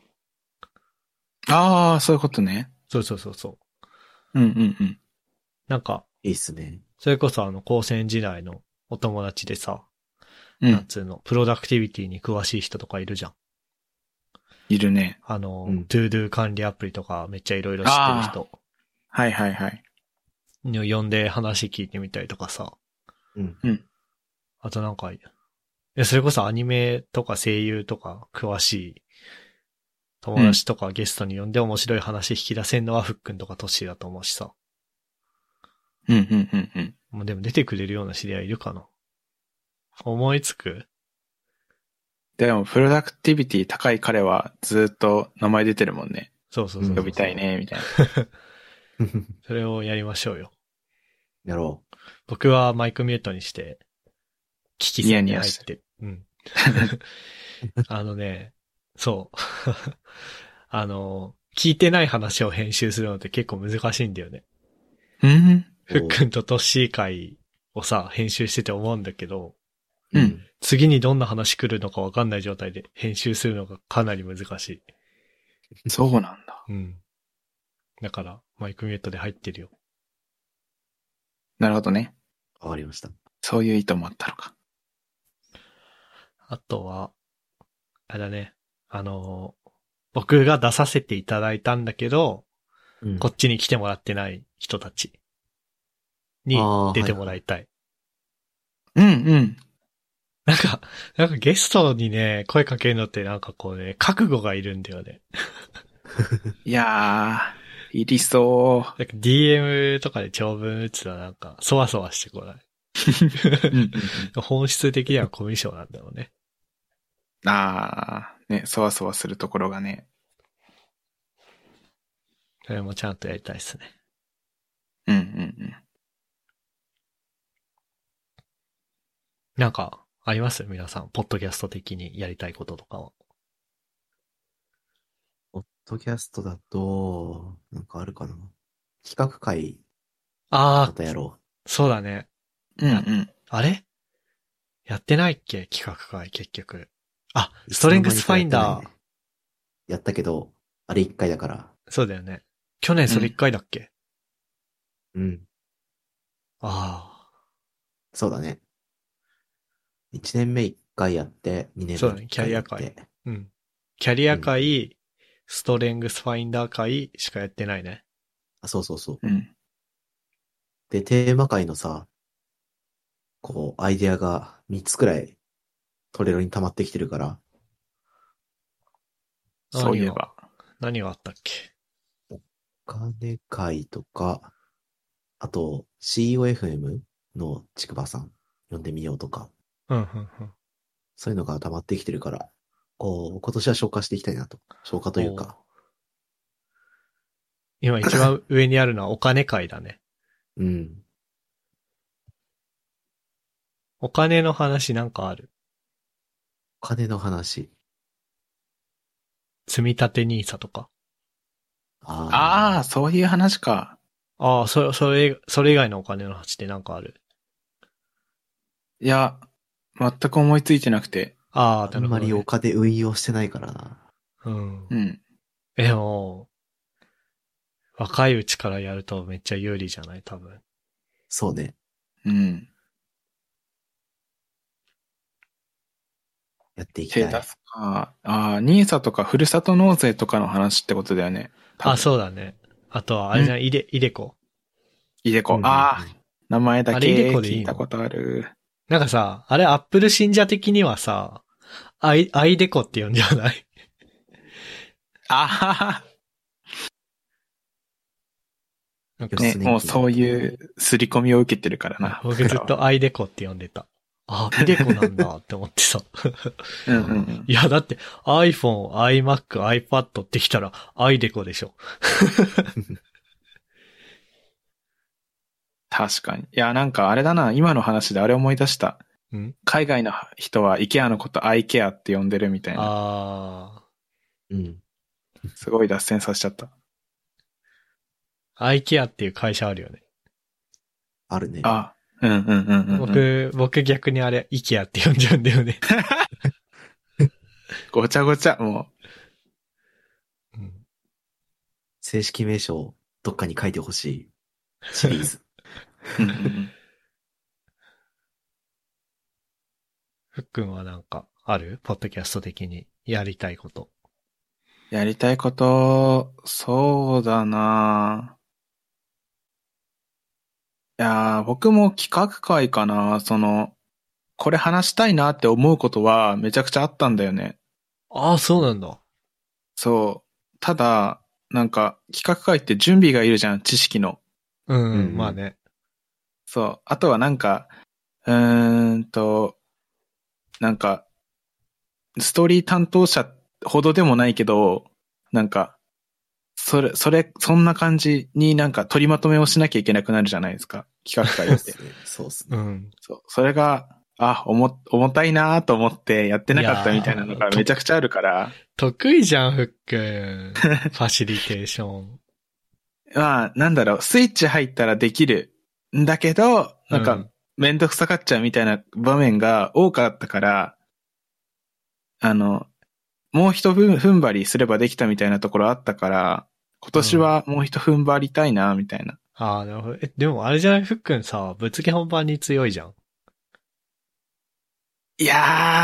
ああ、そういうことね。 そうそうそうそう。 うん、うん、うん。 なんか、 いいっすね。 それこそあの、高専時代のお友達でさ、 うん。 なんつうの、プロダクティビティに詳しい人とかいるじゃん。 いるね。 あの、 うんトゥードゥ管理アプリとかめっちゃいろいろ知ってる人はいはいはい。 に呼んで話聞いてみたりとかさ。 うん。 あとなんか、いや、それこそアニメとか声優とか詳しい友達とかゲストに呼んで面白い話引き出せんのはふっくんとかトッシーだと思うしさ。 うん、うん、うん、うん。 もうでも出てくれるような知り合いいるかな？思いつく？ でも、プロダクティビティ高い彼はずっと名前出てるもんね。 そうそうそうそう。 呼びたいね、みたいな。 それをやりましょうよ。 やろ僕はマイクミュートにして、聞き戦に入って。うん。あのね、そう。あの、聞いてない話を編集するのって結構難しいんだよね。 うん。 う。 ふっくんとトッシー会をさ、編集してて思うんだけど、 うんうん。 次にどんな話来るのかわかんない状態で編集するのがかなり難しい。 そうなんだ。 うん。だから、マイクミュートで入ってるよ。 なるほどね。 わかりました。 そういう意図もあったのか。 あとは、あれだね。あの、 僕が出させていただいたんだけど、 うん。 こっちに来てもらってない人たちにあー出てもらいたい。 うんうん。 なんか、なんかゲストにね、声かけるのってなんかこうね、覚悟がいるんだよね。 いやー、いりそなんか ディーエム とかで長文打つとなんか、そわそわしてこない。 う。うんうんうん。 本質的にはコミュ障なんだろうね。 あー、ね、そわそわするところがね。 それもちゃんとやりたいですね。 うんうんうん。 なんか、あります皆さん、ポッドキャスト的にやりたいこととかは。 ポッドキャストだと、なんかあるかな。企画会、まああ、 たやろそうだね。 うんうん。 あれやってないっけ企画会、結局。あ、 う。 ストレングスファインダー。 いつの間にかやってないねやったけど、あれ一回だから。 そうだよね。去年それ一回だっけ、 うん。 あそうだね。一年目一回やって、二年そうだね目一回やっキャリアて。 あ、うん。キャリア会、ストレングスファインダー会しかやってないね。 あ、そうそうそう。 うん。 で、テーマ会のさ、こう、アイデアが三つくらいトレロに溜まってきてるから、 そういえば。 何があったっけお金会とか、あと シーイーオーエフエム のちくばさん呼んでみようとか、 うん、うん、うん。 そういうのが溜まってきてるから、こう、今年は消化していきたいなと。消化というか、 今一番上にあるのはお金会だね。 うん。 お金の話なんかある。 お金の話。 積み立てニーサとか。 ああー、そういう話か。 ああ、それ、それ、それ以外のお金の話ってなんかある。 いや、全く思いついてなくて。 ああ、 あ、あんまなるほど、ね。 りお金運用してないからな。 うんう。ん。 でも、若いうちからやるとめっちゃ有利じゃない多分。 そうね。 うん。 やっていきたい。 手出すか。ああ、ニーサとかふるさと納税とかの話ってことだよね。多分あ、そうだね。あとは、あれじゃん、イデ、イデコ。 イデコ。 うんああ、名前だあれイけデコでいいの聞いたことある。 なんかさ、あれアップル信者的にはさ、アイ、アイデコって呼んではないあはは。 なんかね、 年金もうそういう刷り込みを受けてるからな。 僕ずっとアイデコって呼んでた。あ、イデコなんだって思ってさ。 うんうんうん。 いや、だって iPhone、iMac、iPad ってきたらアイデコでしょ。 確かに。いや、なんかあれだな、今の話であれ思い出した。 ん海外の人は IKEA のこと iKea って呼んでるみたいな。 あうん。 すごい脱線させちゃった。 ー、アイケアっていう会社あるよね。 あるね。 あ、うんうんうんうん、うん。 僕、僕逆にあれ、イケアって呼んじゃうんだよね。 ごちゃごちゃ、もうん正式名称をどっかに書いてほしいシリーズ。 う。うんうんうんふっくんはなんか、あるポッドキャスト的にやりたいこと。 やりたいこと、そうだないやー、僕も企画会かな。その、これ話したいなって思うことはめちゃくちゃあったんだよね。 ああ、そうなんだ。 そう。ただ、なんか、企画会って準備がいるじゃん、知識の。 うん、 うんうんまあね。 そう。あとはなんか、うーんと、なんか、ストーリー担当者ほどでもないけど、なんか、それ、それ、そんな感じになんか取りまとめをしなきゃいけなくなるじゃないですか。企画会って。 そうっすね。 うん。 そう。それが、あ、重、重たいなと思ってやってなかったみたいなのがいやーめちゃくちゃあるから。 得意じゃん、ふっくん。ファシリテーション。 まあ、なんだろう、スイッチ入ったらできるんだけど、なんかうん、 めんどくさがっちゃうみたいな場面が多かったから、あの、もう一踏ん踏ん張りすればできたみたいなところあったから、今年はもう一踏ん張りたいな、みたいな。 ああ、なるほど。え、でもあれじゃない、ふっくんさ、ぶっつけ本番に強いじゃん。 いや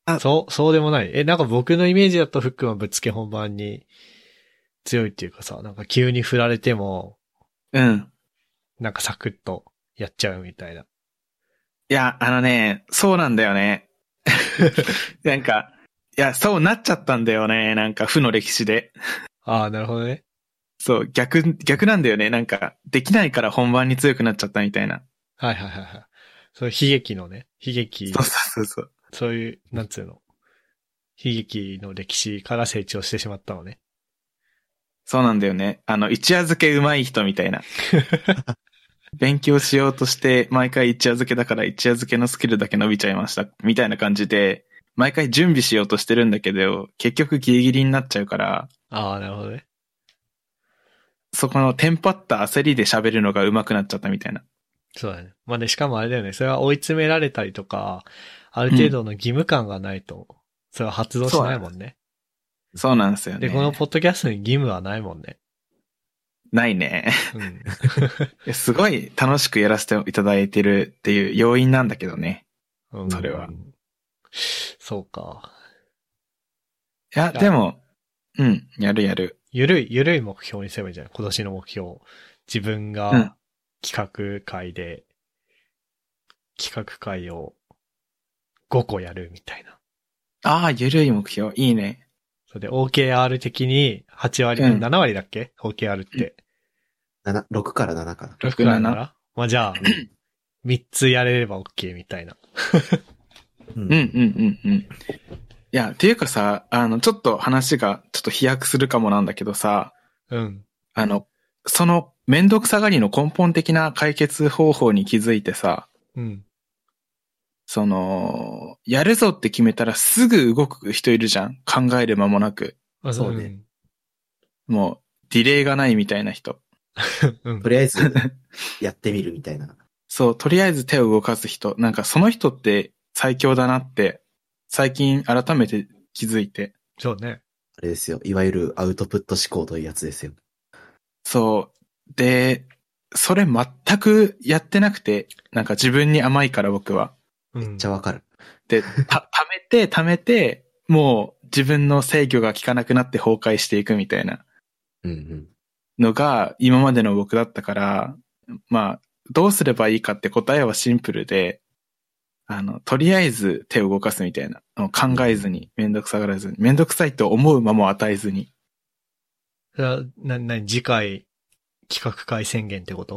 そう、そうでもない。え、なんか僕のイメージだとフックはぶっつけ本番に強いっていうかさ、なんか急に振られても、 うん。 なんかサクッとやっちゃうみたいな。 いや、あのね、そうなんだよね。なんか、いや、そうなっちゃったんだよね。なんか負の歴史で。 ああ、なるほどね。 そう、逆、逆なんだよね。なんか、できないから本番に強くなっちゃったみたいな。 はいはいはいはい。そういう悲劇のね、悲劇、 そうそうそうそう。 そういう、なんつうの、悲劇の歴史から成長してしまったのね。 そうなんだよね。あの、一夜漬け上手い人みたいな。勉強しようとして、毎回一夜漬けだから一夜漬けのスキルだけ伸びちゃいました。みたいな感じで、毎回準備しようとしてるんだけど、結局ギリギリになっちゃうから、 ああ、なるほどね。 そこのテンパった焦りで喋るのが上手くなっちゃったみたいな。 そうだね。まあね、しかもあれだよね。それは追い詰められたりとか、ある程度の義務感がないと、それは発動しないもんね。 そうなんですよね。 で、このポッドキャストに義務はないもんね。 ないね。 うん。 すごい楽しくやらせていただいてるっていう要因なんだけどね。 うん、 それは。 そうか。 いや、でも、うん、やるやる。 ゆるい、ゆるい目標にすればいいんじゃない？今年の目標。自分うんが企画会で、企画会をごこやるみたいな。 ああ、ゆるい目標。いいね。 それで オーケーアール 的にはち割、 うんなな割だっけ？ オーケーアール って。 なな、ろくからななかな。 ろくからなな？まあ、じゃあ、みっつやれれば OK みたいな。 ううんうんうんうん。いや、っていうかさ、あの、ちょっと話がちょっと飛躍するかもなんだけどさ、 うん。 あの、そのめんどくさがりの根本的な解決方法に気づいてさ、 うん。 その、やるぞって決めたらすぐ動く人いるじゃん。考える間もなく。 あそうね。 もう、ディレイがないみたいな人。 うん。うんと。りあえず、やってみるみたいな。 そう、とりあえず手を動かす人。なんかその人って最強だなって、最近改めて気づいて。 そうね。 あれですよ。いわゆるアウトプット思考というやつですよ。 そう。で、それ全くやってなくて、なんか自分に甘いから僕は。 うん。 めっちゃわかる。 で、た、溜めて、溜めて、もう自分の制御が効かなくなって崩壊していくみたいなうんうん。 のが今までの僕だったから、まあ、どうすればいいかって答えはシンプルで、あの、とりあえず手を動かすみたいな。考えずに、めんどくさがらずに、めんどくさいと思う間も与えずに。 それは、な、な、次回、企画会宣言ってこと？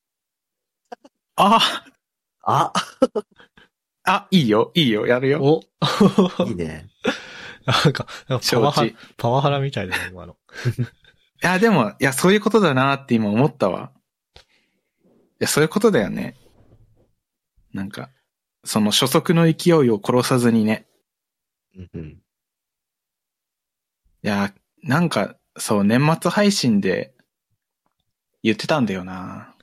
あああ、いいよ、いいよ、やるよ。 おいいね。 なんか、なんかパワハ承知。いパワハラみたいだね、今の。 や、でも、いや、そういうことだなって今思ったわ。いや、そういうことだよね。なんか、その初速の勢いを殺さずにね。 うんうん。 いや、なんか、そう、年末配信で言ってたんだよな。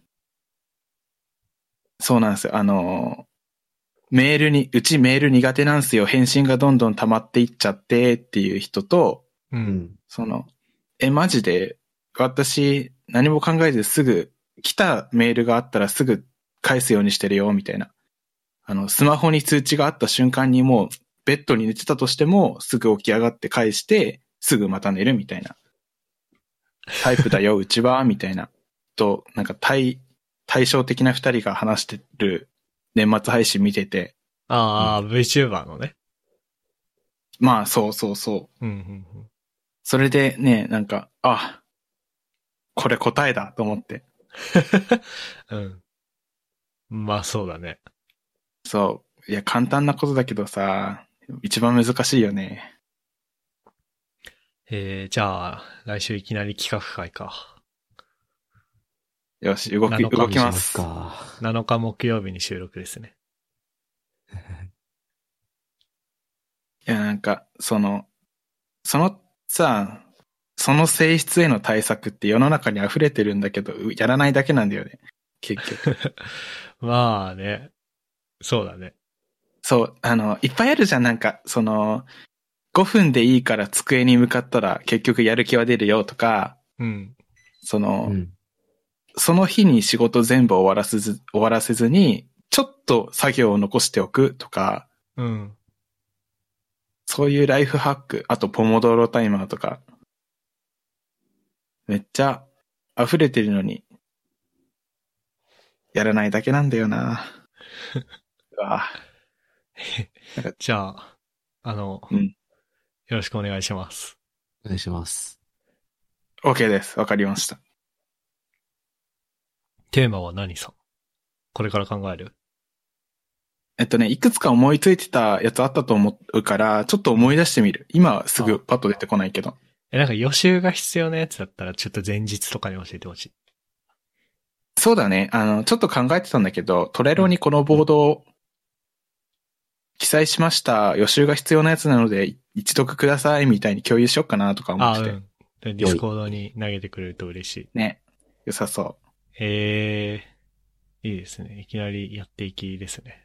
そうなんですよ。あの、メールに、うちメール苦手なんすよ。返信がどんどん溜まっていっちゃってっていう人と、 う。 うんん。 その、え、マジで、私、何も考えずすぐ、来たメールがあったらすぐ返すようにしてるよ、みたいな。あの、スマホに通知があった瞬間にもう、ベッドに寝てたとしても、すぐ起き上がって返して、すぐまた寝るみたいな。タイプだよ、うちは、みたいな。と、なんか対、対照的な二人が話してる年末配信見てて、 ああ、VTuber のね。 まあ、そうそうそう。 うん、うん、 それでね、なんか、あ、これ答えだと思って。 うん。うん。まあ、そうだね。 そう。いや、簡単なことだけどさ、一番難しいよね。 えー、じゃあ、来週いきなり企画会か。 よし、動き、 なのか動きます。 か。 なのか木曜日に収録ですね。 いや、なんか、その、そのさ、その性質への対策って世の中に溢れてるんだけど、やらないだけなんだよね。結局。 まあね。そうだね。 そう、あの、いっぱいあるじゃん、なんか、その、ごふんでいいから机に向かったら結局やる気は出るよとか、 うん。 その、 うん。 その日に仕事全部終わらせず、終わらせずに、ちょっと作業を残しておくとか、 うん。 そういうライフハック、あとポモドーロタイマーとか、めっちゃ溢れてるのに、やらないだけなんだよな。うわなんかじゃあ、あの、 うん。 よろしくお願いします。 お願いします。 OK です。わかりました。 テーマは何さ？これから考える？ えっとね、いくつか思いついてたやつあったと思うから、ちょっと思い出してみる。今はすぐパッと出てこないけど。 え、なんか予習が必要なやつだったらちょっと前日とかに教えてほしい。 そうだね。あの、ちょっと考えてたんだけど、トレロにこのボードを記載しました。予習が必要なやつなので、一読くださいみたいに共有しよっかなとか思っあ、 てて。 うん。でディスコードに投げてくれると嬉しい。 ね。良さそう。 えー、いいですね。いきなりやっていきですね。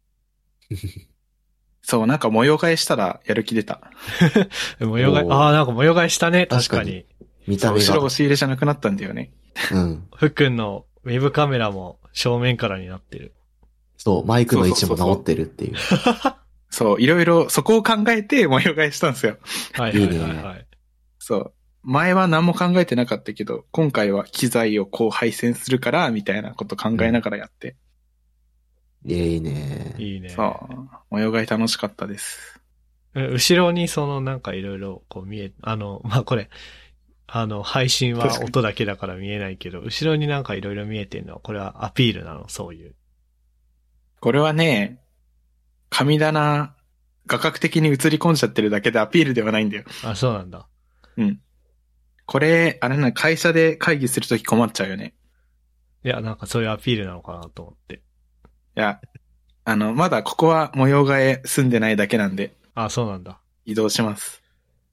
そう、なんか模様替えしたらやる気出た。 模様替え、 おーああ、なんか模様替えしたね。確かに。 確かに見そう、 た目が。 後ろ押し入れじゃなくなったんだよね。 うん。 ふっくんのウェブカメラも正面からになってる。 そう、マイクの位置も直ってるっていう。 そう、いろいろそこを考えて模様替えしたんですよ。 はいはいはいいいはい。 ねそう。前は何も考えてなかったけど、今回は機材をこう配線するから、みたいなこと考えながらやって。 いいね。 いいね。 そう。模様替え楽しかったです。 え後ろにそのなんかいろいろこう見え、あの、まあ、これ、あの、配信は確かに音だけだから見えないけど、後ろになんかいろいろ見えてるのは、これはアピールなの、そういう。 これはね、神棚、画角的に映り込んじゃってるだけでアピールではないんだよ。 あ、そうなんだ。 うん。これ、あれな、会社で会議するとき困っちゃうよね。 いや、なんかそういうアピールなのかなと思って。 いや、あの、まだここは模様替え済んでないだけなんで、 あ、そうなんだ。 移動します。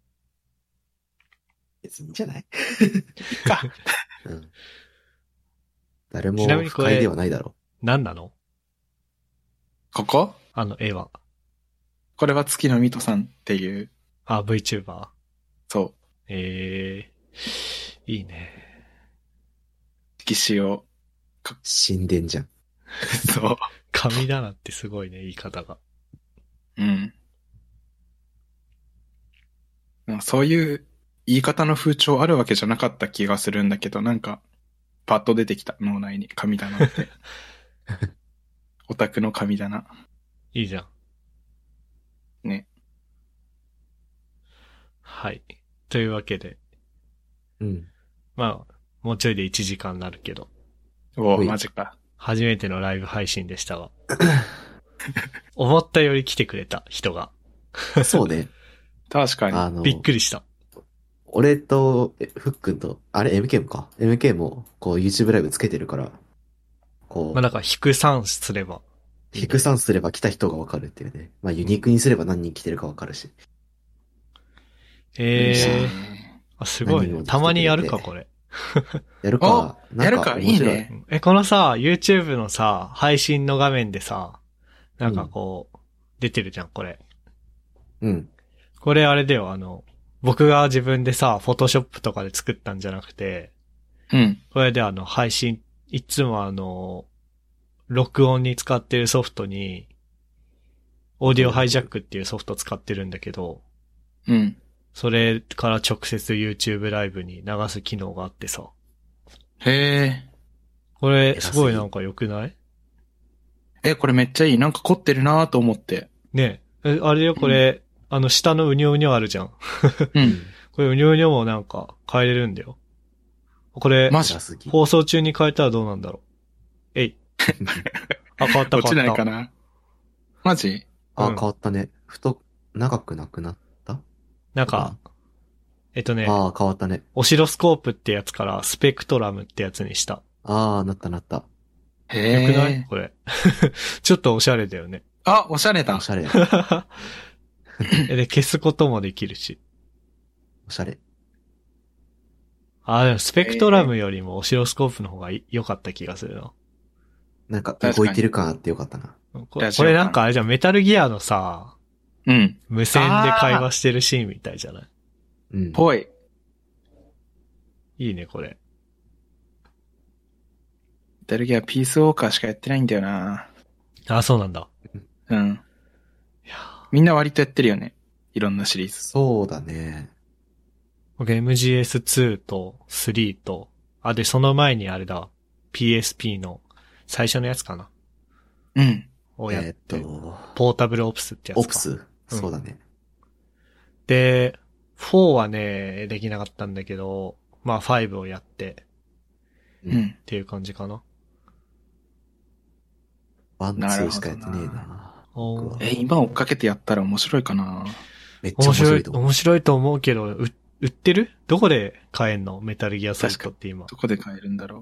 別にいいんじゃないか。 うん。誰もちなみにこれ不快ではないだろ何なの？ ここあの絵は。 これは月のミトさんっていう、 あ、VTuber。 そう、 えー、いいね。 色紙を、 う。神殿じゃん。 そう。 神だなってすごいね、言い方が。 うん。なんかそういう言い方の風潮あるわけじゃなかった気がするんだけど、なんか、パッと出てきた、脳内に神棚って。オタクの神棚。 いいじゃん。 ね。 はい。というわけで、 うん。 まあ、もうちょいでいちじかんになるけど、 おお、 ほいマジか。 初めてのライブ配信でしたが、思ったより来てくれた人が、 そうね。 確かに。 あの、 びっくりした。 俺と、えふっくんと、あれ エムケー もか。エムケー も、こう YouTube ライブつけてるから、こう、 まあなんか、引く算すればいいね、 引く算すれば来た人がわかるっていうね。まあユニークにすれば何人来てるかわかるし。 え嬉しいえー、 ね。 あ、すごいね。 何人も来てくれてたまにやるか、これ。 やるか。 おやるかなん面白いいね。 え、このさ、YouTube のさ、配信の画面でさ、なんかこう、出てるじゃん、これ。 うん。 これあれだよ、あの、僕が自分でさ、Photoshop とかで作ったんじゃなくて、 うん。 これであの、配信、いつもあの、録音に使ってるソフトに、オーディオハイジャックっていうソフト使ってるんだけど、 うん。 それから直接 YouTube ライブに流す機能があってさ。 へえ。 これ、すごいなんか良くない？ え、これめっちゃいい。なんか凝ってるなと思って。 ねえ。え、あれよ、これ、あの、下のうにょうにょあるじゃん。 うん。 これ、うにょうにょもなんか変えれるんだよ。これ、 マジ偉すぎ。 放送中に変えたらどうなんだろう。えい。あ、変わった変わった。 落ちないかな。マジあ、 うん変わったね。太、長くなくなったなんか、えっとね、 ああ、変わったね。 オシロスコープってやつからスペクトラムってやつにした。 ああ、なったなった。 へよくないえ。 これ。ちょっとおしゃれだよね。 あ、おしゃれだお。しゃれ。 えで、消すこともできるし。 おしゃれ。 あ、でもスペクトラムよりもオシロスコープの方がい良かった気がするな。 なんか確かに動いてる感あってよかったな。 こラジオ感これなんかあれじゃん、メタルギアのさ、 うん。 無線で会話してるシーンみたいじゃない？ うん。 ぽい。 いいね、これ。 デルギアピースウォーカーしかやってないんだよな。 あ、そうなんだ。 うん。 いやみんな割とやってるよね。 いろんなシリーズ。 そうだね。 僕 エムジーエスツー とスリーと、あ、で、その前にあれだ、ピーエスピー の最初のやつかなうん。 をやっえーて、 っと、 ポータブルオプスってやつか。 オプス。そうだね。 で、フォーはね、できなかったんだけど、まあファイブをやってう。 うんん。 っていう感じかな。 ワン、 なるほどなツーしかやってねえな。 おー僕はえ、今追っかけてやったら面白いかな。 めっちゃ面面白い、 白いと思う。 面白いと思うけど、う売ってるどこで買えんのメタルギアソリッドって今。 どこで買えるんだろう。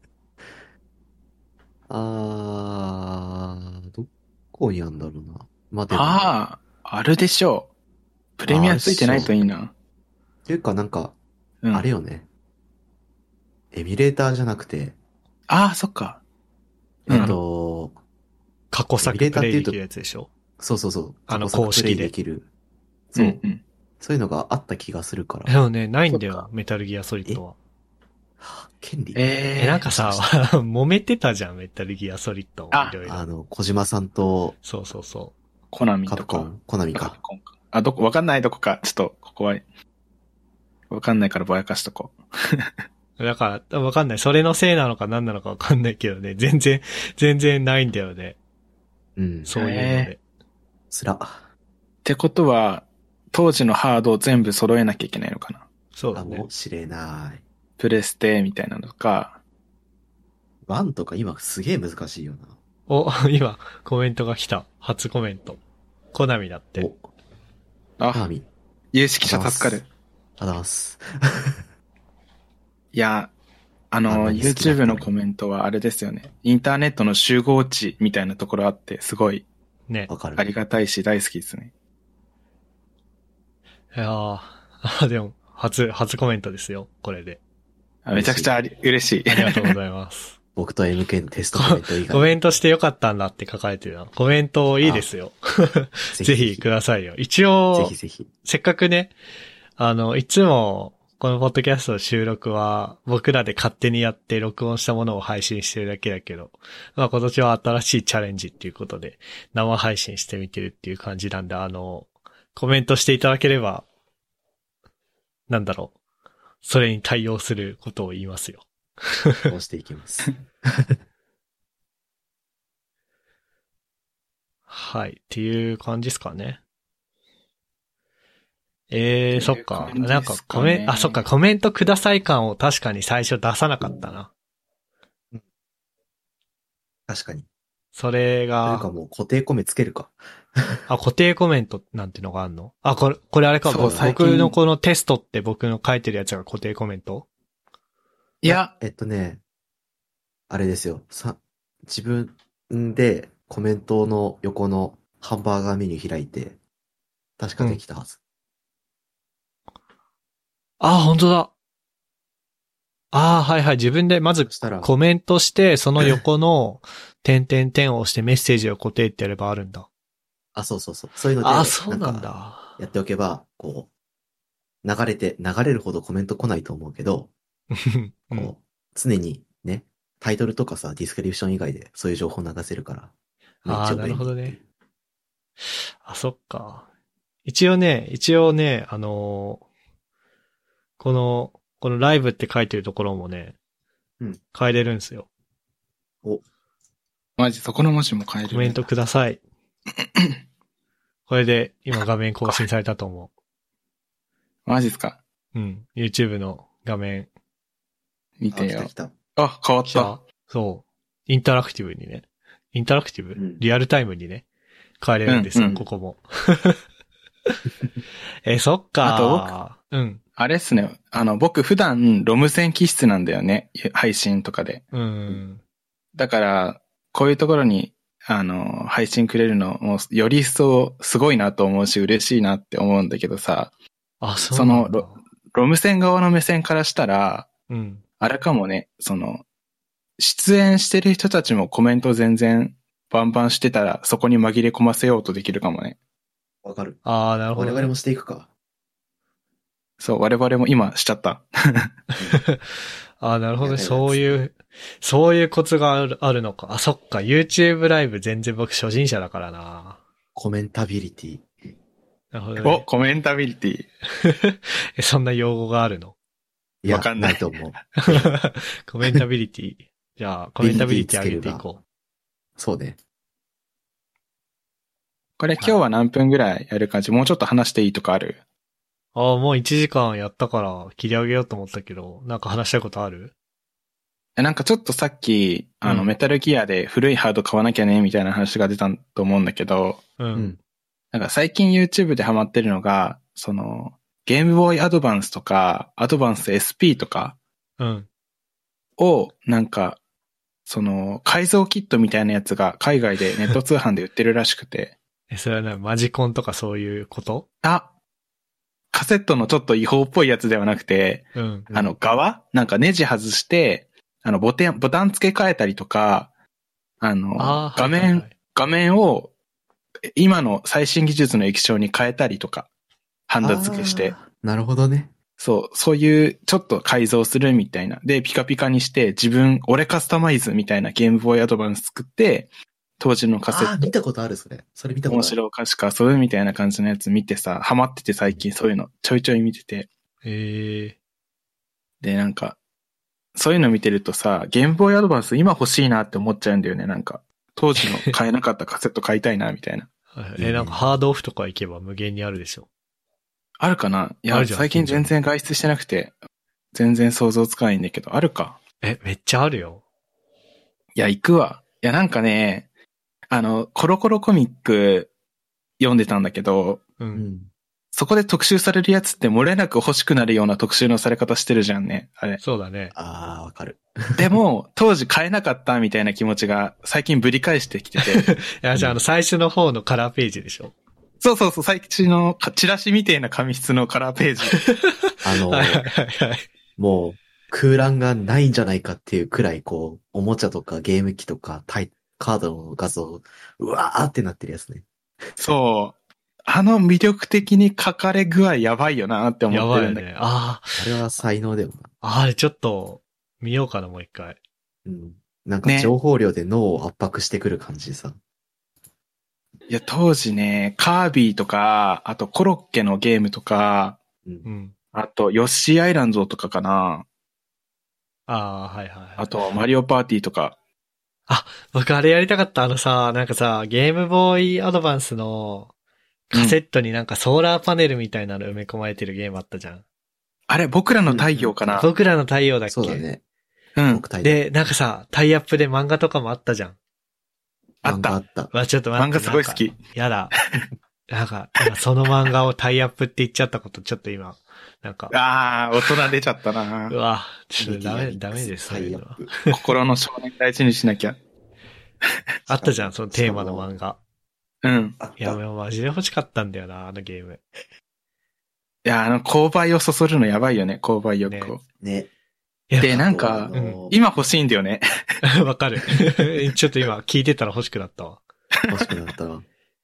あー、どこにあんだろうな。まあでも、 ああ、あるでしょう。プレミアついてないといいな。 っていうかなんか、 うん。 あれよね。エミュレーターじゃなくて、 ああ、そっか。 えっと、 過去作プレイできるやつでしょそうそうそう。 あの過去作公式でプレイできる。そうう。 んうん。 そういうのがあった気がするから。 でもね、ないんだよそっか、 メタルギアソリッドは。 権利えええ、なんかさ、揉めてたじゃん、メタルギアソリッド。 あいろいろ。 あの、小島さんとそうそうそコナミとか。 カプコン、コナミカかプ。コンか。あ、どこ、わかんないどこか。ちょっと、ここは、わかんないからぼやかしとこう。 う。だから、わかんない。それのせいなのか何なのかわかんないけどね、全然、全然ないんだよね。 うん。 そういうので。 つら。 ってことは、当時のハードを全部揃えなきゃいけないのかな。 かそうだねも。しれない。 プレステみたいなのとか。 ワンとか今すげえ難しいよな。 お、今、コメントが来た。初コメント。コナミだって。 お、コナあ、 ミ。 有識者助かる。 あざます。 いや、ああんの、 なに好きな人 YouTube のコメントはあれですよね。インターネットの集合値みたいなところあって、すごいね。 わかる。 ありがたいし大好きですね。 いやーあ、でも、初、初コメントですよ。これで。 あめちゃくちゃあり嬉しい。 ありがとうございます。 僕と エムケー のテストコメント以外。 コメントしてよかったんだって書かれてるな。コメントいいですよ。 ぜぜひくださいよ。一応、 ぜひぜひ。 せっかくね、あの、いつも、このポッドキャストの収録は、僕らで勝手にやって録音したものを配信してるだけだけど、まあ今年は新しいチャレンジっていうことで、生配信してみてるっていう感じなんで、あの、コメントしていただければ、なんだろう。それに対応することを言いますよ。 こうしていきます。 はい。っていう感じですかね。えー、 っていうそっか。 感じですかねなんかコメン、あ、そっか、コメントください感を確かに最初出さなかったな。 確かに。 それというがか、もう固定コメつけるか。 あ、固定コメントなんてのがあるのあ、これ、これあれか、僕そう最近僕のこのテストって僕の書いてるやつが固定コメントいや、 えっとね、あれですよ。さ、自分でコメントの横のハンバーガーメニュー開いて、確かできたはず。 あ、本当だ。あはいはい。自分でまずそしたら、 コメントして、その横の点々点を押してメッセージを固定ってやればあるんだ。 あ、そうそうそう。そういうので、 あ、そうなんかだ。 やっておけば、こう、流れて、流れるほどコメント来ないと思うけど、 うんこう、常にね、タイトルとかさ、ディスクリプション以外でそういう情報流せるから。めっちゃあーなるほどね便利っていう。 あ、そっか。一応ね、一応ね、あのーこの、このライブって書いてるところもね、 うん変えれるんですよ。 お、 マジそこの文字も変える。 コメントください。これで今画面更新されたと思マジっすか。 う。うん。YouTube の画面見てよあ来た来。た。 あ、変わっ来た。 た。そう。インタラクティブにね。インタラクティブ、 うんリアルタイムにね、変えれるんですよ、 うんうんここも。え、そっか。 あと僕、うん。 あれっすね。あの、僕普段ロム線気質なんだよね。配信とかで。 うん。 だから、こういうところに、あの、配信くれるのも、より一層すごいなと思うし、嬉しいなって思うんだけどさ、 あ、そうなんだ。 そのロム線側の目線からしたら、 うん。 あれかもね、その、出演してる人たちもコメント全然バンバンしてたら、そこに紛れ込ませようとできるかもね。 わかる。 ああ、なるほど、ね。 我々もしていくか。 そう、我々も今しちゃった。 ああ、なるほどね。 やだやだそういう、そういうコツがあるあるのか。あ、そっか。YouTube ライブ全然僕初心者だからな。 コメンタビリティ。 お、 なるほどね。 コメンタビリティ。 え、そんな用語があるの？ いや、 わかんないないと思う。 コメンタビリティ。じゃあ、コメンタビリティ上げていこそうね。 これ今日は何分ぐらいやる感じ？もうちょっと話していいとかある？ う。ああ、もういちじかんやったから切り上げようと思ったけど、なんか話したいことある？ えなんかちょっとさっき、あの、 うんメタルギアで古いハード買わなきゃね、みたいな話が出たと思うんだけど、 う。 うんん。 なんか最近 YouTube でハマってるのが、その、ゲームボーイアドバンスとか、アドバンス エスピー とかうん。 を、なんか、その、改造キットみたいなやつが海外でネット通販で売ってるらしくて、 え、それはね、マジコンとかそういうこと？ あ、カセットのちょっと違法っぽいやつではなくて、 うん。 あの、側なんかネジ外して、あの、ボタン、ボタン付け替えたりとか、あの、 ああ、 画面、 はいはいはい画面を今の最新技術の液晶に変えたりとか、ハンダ付けして、 あー。なるほどね。 そう、そういうちょっと改造するみたいな。で、ピカピカにして自分、俺カスタマイズみたいなゲームボーイアドバンス作って、当時のカセああ、 ット、 見たことある、それ。それ見たことある。 面白おかしく遊ぶみたいな感じのやつ見てさ、ハマってて最近そういうのちょいちょい見てて。 ええで、なんか、そういうの見てるとさ、ゲームボーイアドバンス今欲しいなって思っちゃうんだよね、なんか。当時の買えなかったカセット買いたいな、みたいな。 ー。え、なんかハードオフとか行けば無限にあるでしょ。 あるかないや、 あるじゃん最近全然外出してなくて、全然想像つかないんだけど、あるか？ え、めっちゃあるよ。 いや、行くわ。いや、なんかね、あの、コロコロコミック読んでたんだけど、 う。 うんん。 そこで特集されるやつって漏れなく欲しくなるような特集のされ方してるじゃんね、あれ。 そうだね。 ああ、わかる。 でも、当時買えなかったみたいな気持ちが最近ぶり返してきてて。 いや、じゃあ、あの、最初の方のカラーページでしょ。 そうそうそう、最近のかチラシみたいな紙質のカラーページ。 あのはいはいはいはい。 もう、空欄がないんじゃないかっていうくらい、こう、おもちゃとかゲーム機とか、タイ、カードの画像、うわーってなってるやつね。 そう。あの魅力的に書かれ具合やばいよなって思やってるんだけど。 ばいよね。ああれは才能だよな。 あ、あれちょっと、見ようかな、もう一回。 うん。なんかね情報量で脳を圧迫してくる感じでさ。 いや、当時ね、カービィとか、あとコロッケのゲームとか、 う。 うんん。 あとヨッシーアイランドとかかな。 ああ、はいはいはい。 あとマリオパーティーとか。 僕あれやりたかった。あのさ、なんかさ、ゲームボーイアドバンスのカセットになんかソーラーパネルみたいなの埋め込まれてるゲームあったじゃん。 あれ、僕らの太陽かな。 僕らの太陽だっけ？ そうだね。 うん。 僕タイで。 で、なんかさ、タイアップで漫画とかもあったじゃん。 あった漫画あった。 わ、ちょっと待って。 漫画すごい好きなんかやだ。なんか、今その漫画をタイアップって言っちゃったこと、ちょっと今、なんか、 あー、大人出ちゃったなう。わ、ちょっとダメ、ダメです、そういうのは。 心の少年大事にしなきゃ。 あったじゃん、そのテーマの漫画。 うん。 あっいや、 た。 もうマジで欲しかったんだよな、あのゲーム。 いや、あの、購買をそそるのやばいよね、購買欲を。 ね。 いやで、なんかあの今欲しいんだよね。 わかる。ちょっと今聞いてたら欲しくなったわ。 欲しくなったわ。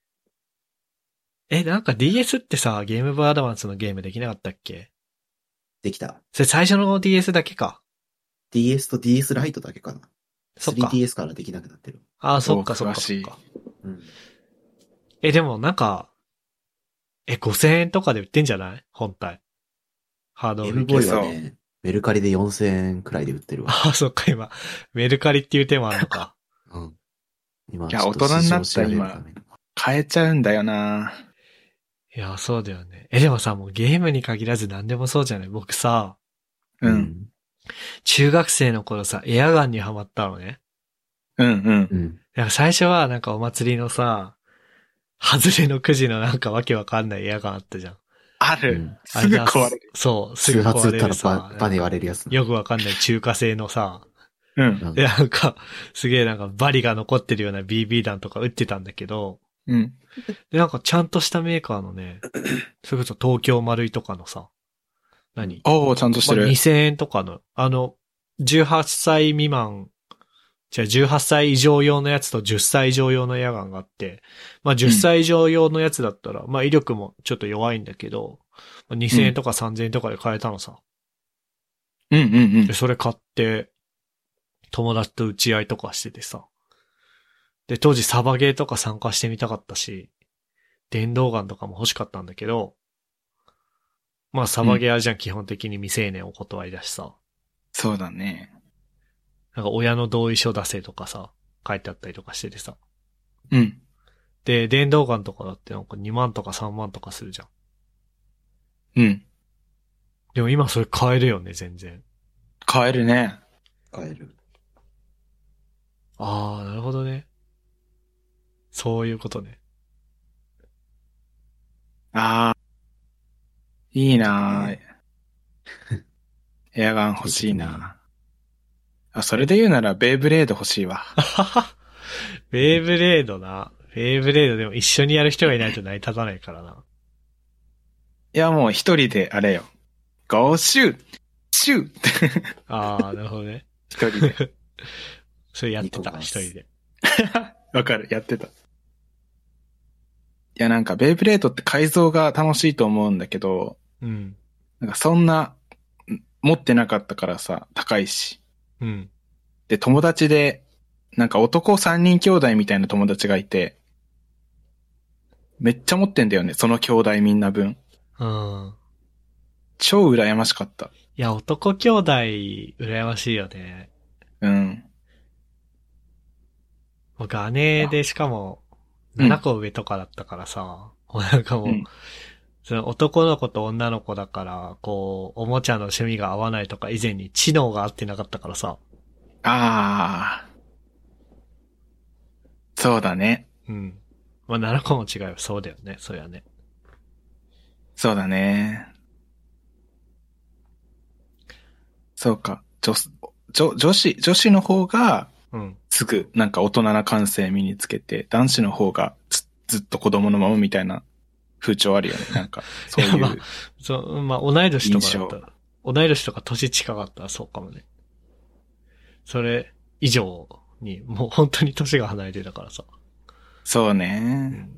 え、なんか ディーエス ってさ、ゲームボーイアドバンスのゲームできなかったっけ？ できた。 それ最初の ディーエス だけか。 ディーエス と ディーエス ライトだけかな。 そっかスリーディーエス からできなくなってる。 ああ、そっかおそっか詳しいそっか。 うん。 え、でもなんか、え、ごせんえんとかで売ってんじゃない本体。ハードオフゲームボーイそうはね、メルカリでよんせんえんくらいで売ってるわ。 ああ、そっか、今、メルカリっていう手もあるのか。 うん。今、 いやちょっと大人になった市場を調べるために買えちゃうんだよないや、そうだよね。え、でもさ、もうゲームに限らず何でもそうじゃない？僕さ、 う。。 うん中学生の頃さ、エアガンにハマったのね。 うんうん。 うん。 なんか最初はなんかお祭りのさ、外れのくじのなんかわけわかんないエアガンあったじゃん。 ある。 うんすぐ壊れる。 そう、すぐ数発壊撃ったられるさバ、バネ割れるやつな。 よくわかんない中華製のさ、 うん。 うんで、なんか、すげえなんかバリが残ってるような ビービー 弾とか撃ってたんだけど、 うん。 で、なんかちゃんとしたメーカーのね、それこそ東京丸いとかのさ、何おー、ちゃんとしてまあ、 る。 にせんえんとかの、あの、じゅうはっさい未満、じゃあじゅうはっさい以上用のやつとじゅっさい以上用のエアガンがあって、まあじゅっさい以上用のやつだったら、まあ威力もちょっと弱いんだけど、まあにせんえんとかさんぜんえんとかで買えたのさ。 うんうんうんで、。それ買って、友達と打ち合いとかしててさ。で、当時サバゲーとか参加してみたかったし、 電動ガンとかも欲しかったんだけど、まあサバゲアじゃん、基本的に未成年お断りだしさ。 そうだね。 なんか親の同意書出せとかさ、書いてあったりとかしててさ。 うん。 で、電動ガンとかだってなんかにまんとかさんまんとかするじゃん。 うん。 でも今それ買えるよね、全然。 買えるね。 買える。 あー、なるほどね。そういうことね。 ああ。いいなぁね。 エアガン欲しいなぁあ、それで言うならベイブレード欲しいわ。 ベイブレードな。ベイブレードでも一緒にやる人がいないと成り立たないからな。 いや、もう一人であれよ。ゴーシューシューあー、なるほどね。 一人で。 それやってた、 ニコガンス一人で。 わかる、やってた。いや、なんかベイブレードって改造が楽しいと思うんだけど、 うん。 なんかそんな、ん持ってなかったからさ、高いし。 うん。 で、友達で、なんか男三人兄弟みたいな友達がいて、めっちゃ持ってんだよね、その兄弟みんな分。 うん。 超羨ましかった。 いや、男兄弟、羨ましいよね。 うん。 僕姉でしかも、 うんななこ上とかだったからさ、もうなんかもう、 うんその男の子と女の子だから、こう、おもちゃの趣味が合わないとか以前に知能が合ってなかったからさ。 ああ。そうだね。 うん。まあ、ななこも違うよ。そうだよね。そりゃね。 そうだね。そうか。女、女、女子、女子の方が、 うん。 すぐ、なんか大人な感性身につけて、男子の方がずずっと子供のままみたいな風潮あるよね。なんか、そういいやまう。 そう、まあ、同い年とかだっ印たら、同い年とか年近かったらそうかもね。それ以上に、もう本当に年が離れてたからさ。 そううね。 ん。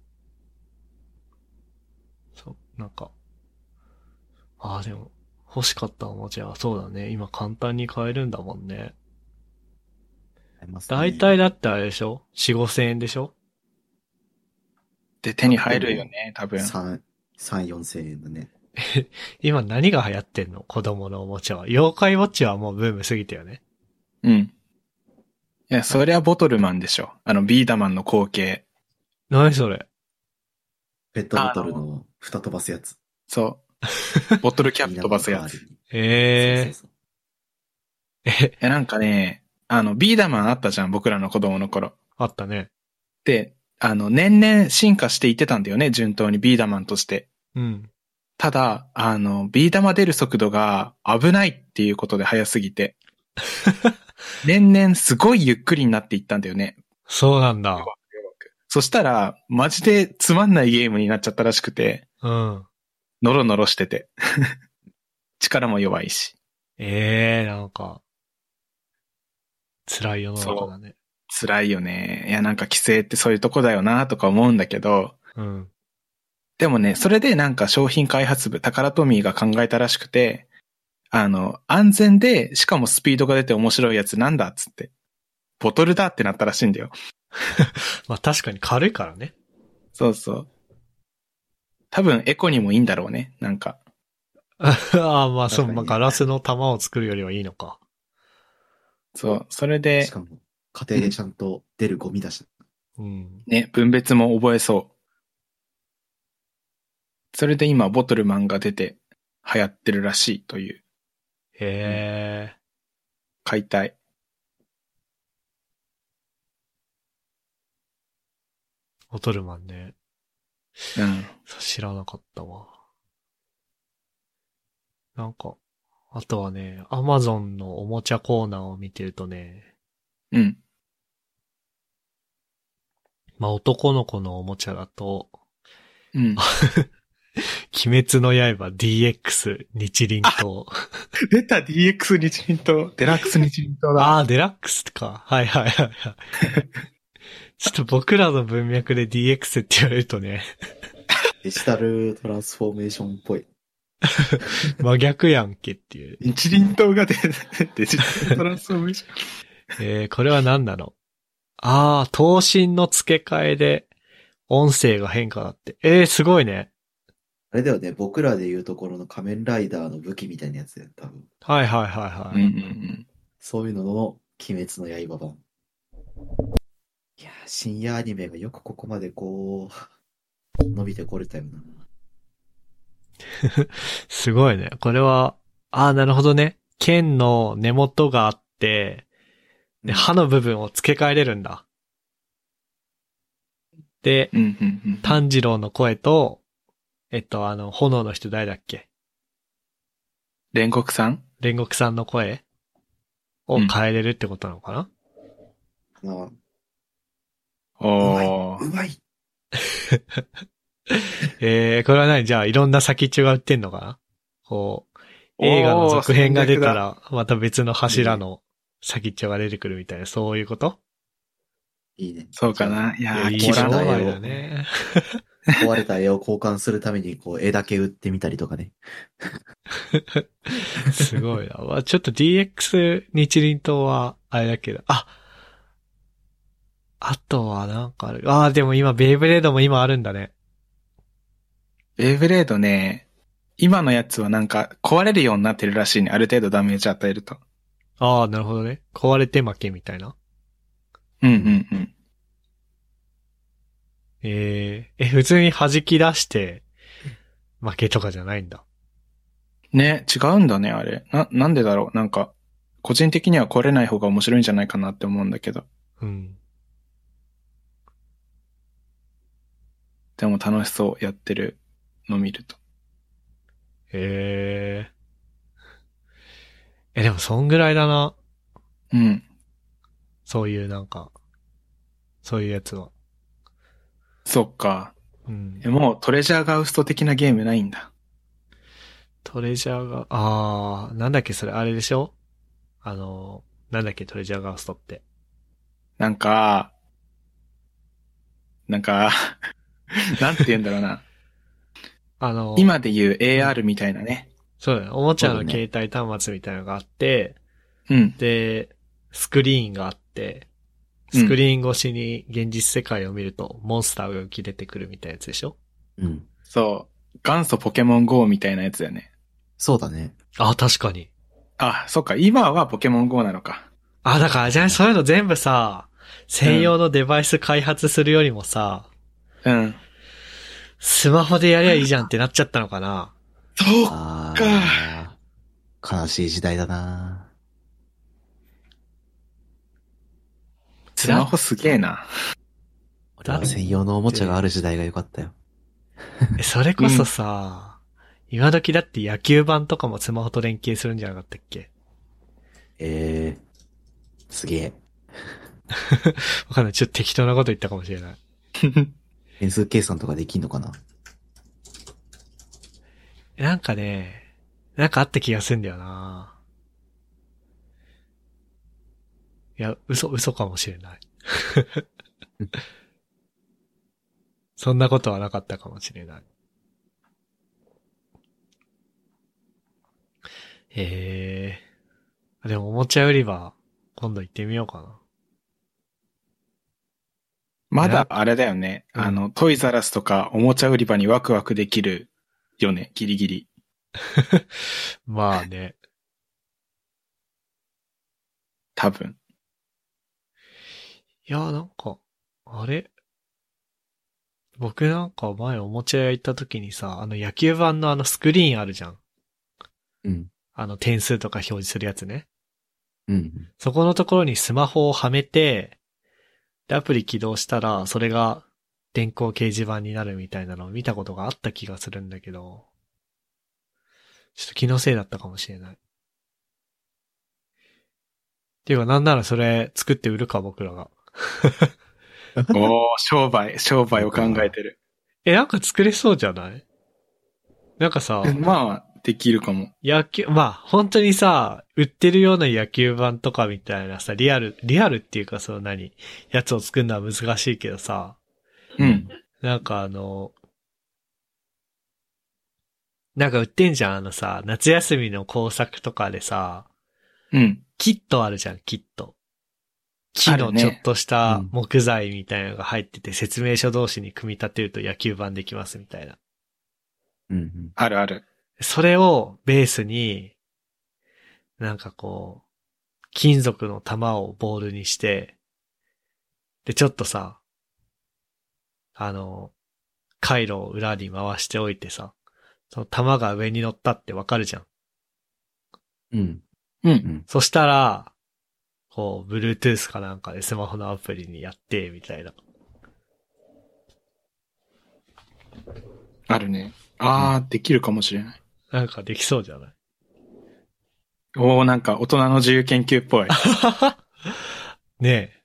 そう、なんか、ああ、でも、欲しかったおもちゃはそうだね。今簡単に買えるんだもんね。 買えますね。 だいたいだってあれでしょ ?よん、ごせんえんでしょで、手に入るよね、多分。 三、三、四千円だね。 今何が流行ってんの子供のおもちゃは。妖怪ウォッチはもうブーム過ぎたよね。 うん。いや、そりゃボトルマンでしょ。あの、ビーダマンの後継。 何それペットボトルの蓋飛ばすやつ。 そう。ボトルキャップ飛ばすやつ。いええそうそうそうえ、 や、なんかね、あの、ビーダマンあったじゃん、僕らの子供の頃。 あったね。 で、あの、年々進化していってたんだよね、順当にビーダマンとして。 うん。 ただ、あの、ビー玉出る速度が危ないっていうことで速すぎて、年々すごいゆっくりになっていったんだよね。 そうなんだ。 そしたら、マジでつまんないゲームになっちゃったらしくて、 うん。 ノロノロしてて。力も弱いし。 ええなんか、辛い世の中だね。 辛いよね。いや、なんか規制ってそういうとこだよなとか思うんだけど、 うん。 でもね、それでなんか商品開発部、タカラトミーが考えたらしくて、あの、安全で、しかもスピードが出て面白いやつなんだっつって。ボトルだってなったらしいんだよ。 まあ確かに軽いからね。 そうそう。多分エコにもいいんだろうね。なんか。 ああ、まあそう、 確かにねまあガラスの玉を作るよりはいいのか。 そう。それでし、かも、家庭でちゃんと出るゴミだし。 うん。 ね、分別も覚えそう。それで今、ボトルマンが出て流行ってるらしいという。 へえ。 買いたい。 ボトルマンね。 うん。 知らなかったわ。なんか、あとはね、アマゾンのおもちゃコーナーを見てるとね、 うん。 まあ男の子のおもちゃだと、 うん。 鬼滅の刃 ディーエックス 日輪刀。 出た ディーエックス 日輪刀、デラックス日輪刀だ。 ああ、デラックスか。はいはいはいはい。ちょっと僕らの文脈で ディーエックス って言われるとね、 デジタルトランスフォーメーションっぽい。 真逆やんけっていう。 日輪刀が出て、デジタルトランスフォーメーション。 えー、これは何なのああ、頭身の付け替えで、 音声が変化だって。えー、すごいね。 あれだよね、僕らで言うところの仮面ライダーの武器みたいなやつだよ、多分。 はいはいはいはい。 うんうんうん。 そういうのの鬼滅の刃版。いやー、深夜アニメがよくここまでこう、伸びてこれたよな。 すごいね。これは、ああ、なるほどね。剣の根元があって、で、 うん刃の部分を付け替えれるんだ。で、 うんうんうん。 炭治郎の声と、えっと、あの、炎の人誰だっけ？ 煉獄さん煉獄さんの声を変えれるってことなのかな？ あの、うまい、 おー。 うまい。 えー、これは何？じゃあ、いろんな先っちょが売ってんのかな？こう、映画の続編が出たら、また別の柱の先っちょが出てくるみたいな、そういうこと？ いいね。 そうかな。いいや、 やー、 いいキラー商売だね。 壊れた絵を交換するために、こう、絵だけ売ってみたりとかね。 すごいな。まあ、ちょっと ディーエックス 日輪刀は、あれだけど、あ、あとはなんかある。ああ、でも今、ベイブレードも今あるんだね。 ベイブレードね、今のやつはなんか壊れるようになってるらしいね。ある程度ダメージ与えると。 ああ、なるほどね。壊れて負けみたいな。 うんうんうん。 えー、え、普通に弾き出して負けとかじゃないんだ。 ね、違うんだね、あれ。な、なんでだろう。なんか、個人的には壊れない方が面白いんじゃないかなって思うんだけど。 うん。 でも楽しそう、やってるの見ると。 えー。え、でもそんぐらいだな。 うん。 そういうなんか、そういうやつは。 そっか。 うんえ。もうトレジャーガウスト的なゲームないんだ。 トレジャーが、あー、なんだっけそれ、あれでしょ？あの、なんだっけトレジャーガーストって。 なんか、なんか、なんて言うんだろうな。 あの、 今で言う エーアール みたいなね。 そうだね。おもちゃのそうだね携帯端末みたいなのがあって、 うん。 で、スクリーンがあって、スクリーン越しに現実世界を見ると、モンスターが浮き出てくるみたいなやつでしょ？ うん。 そう。元祖ポケモン ゴー みたいなやつだよね。 そうだね。 あ、確かに。 あ、そっか。今はポケモン ゴー なのか。 あ、だから、じゃあそういうの全部さ、専用のデバイス開発するよりもさ、 うん。 スマホでやりゃいいじゃんってなっちゃったのかな。 そうあか。 ー、悲しい時代だな。 スマホすげえな。 俺は専用のおもちゃがある時代が良かったよ。 え、それこそさ、今時だって野球盤とかもスマホと連携するんじゃなかったっけ？ えー、すげえ。 わかんない。ちょっと適当なこと言ったかもしれない。 変数計算とかできんのかな？ えなんかね、なんかあった気がするんだよな。いや、嘘、嘘かもしれない。そんなことはなかったかもしれない。へえ。でもおもちゃ売り場、今度行ってみようかな。 まだあれだよね。 うんあの、トイザラスとかおもちゃ売り場にワクワクできるよね。ギリギリ。 まあね。 多分。 いや、なんか、あれ僕なんか前おもちゃ屋行った時にさ、あの野球盤のあのスクリーンあるじゃん。 うん。 あの点数とか表示するやつね。 うん。 そこのところにスマホをはめて、で、アプリ起動したら、それが電光掲示板になるみたいなのを見たことがあった気がするんだけど、ちょっと気のせいだったかもしれない。っていうか、なんならそれ作って売るか、僕らが。 おー、商売、商売を考えてる。 え、なんか作れそうじゃない？なんかさ、 まあ、できるかも。 野球、まあ、本当にさ、売ってるような野球盤とかみたいなさ、リアル、リアルっていうかその何、やつを作るのは難しいけどさ、 うん。 なんかあの、なんか売ってんじゃん、あのさ、夏休みの工作とかでさ、 うん。 キットあるじゃん、キット。 木のちょっとしたあるね木材みたいなのが入ってて、説明書同士に組み立てると野球盤できますみたいな。 うんうん。 あるある。 それをベースに、なんかこう、金属の玉をボールにして、で、ちょっとさ、あの、回路を裏に回しておいてさ、その玉が上に乗ったってわかるじゃん。 うん。 う。 うんん。 そしたら、こう、Bluetooth かなんかでスマホのアプリにやって、みたいな。 あるね。あー、できるかもしれない。 なんかできそうじゃない？ おー、なんか大人の自由研究っぽい。 ねえ。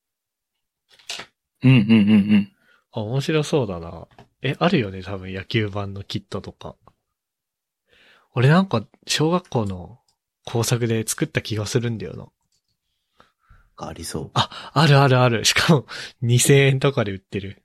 うんうんうんうん。 あ、面白そうだな。え、あるよね、多分野球盤のキットとか。俺なんか、小学校の工作で作った気がするんだよな。 ありそう。 あ、あるあるある。しかも、にせんえんとかで売ってる。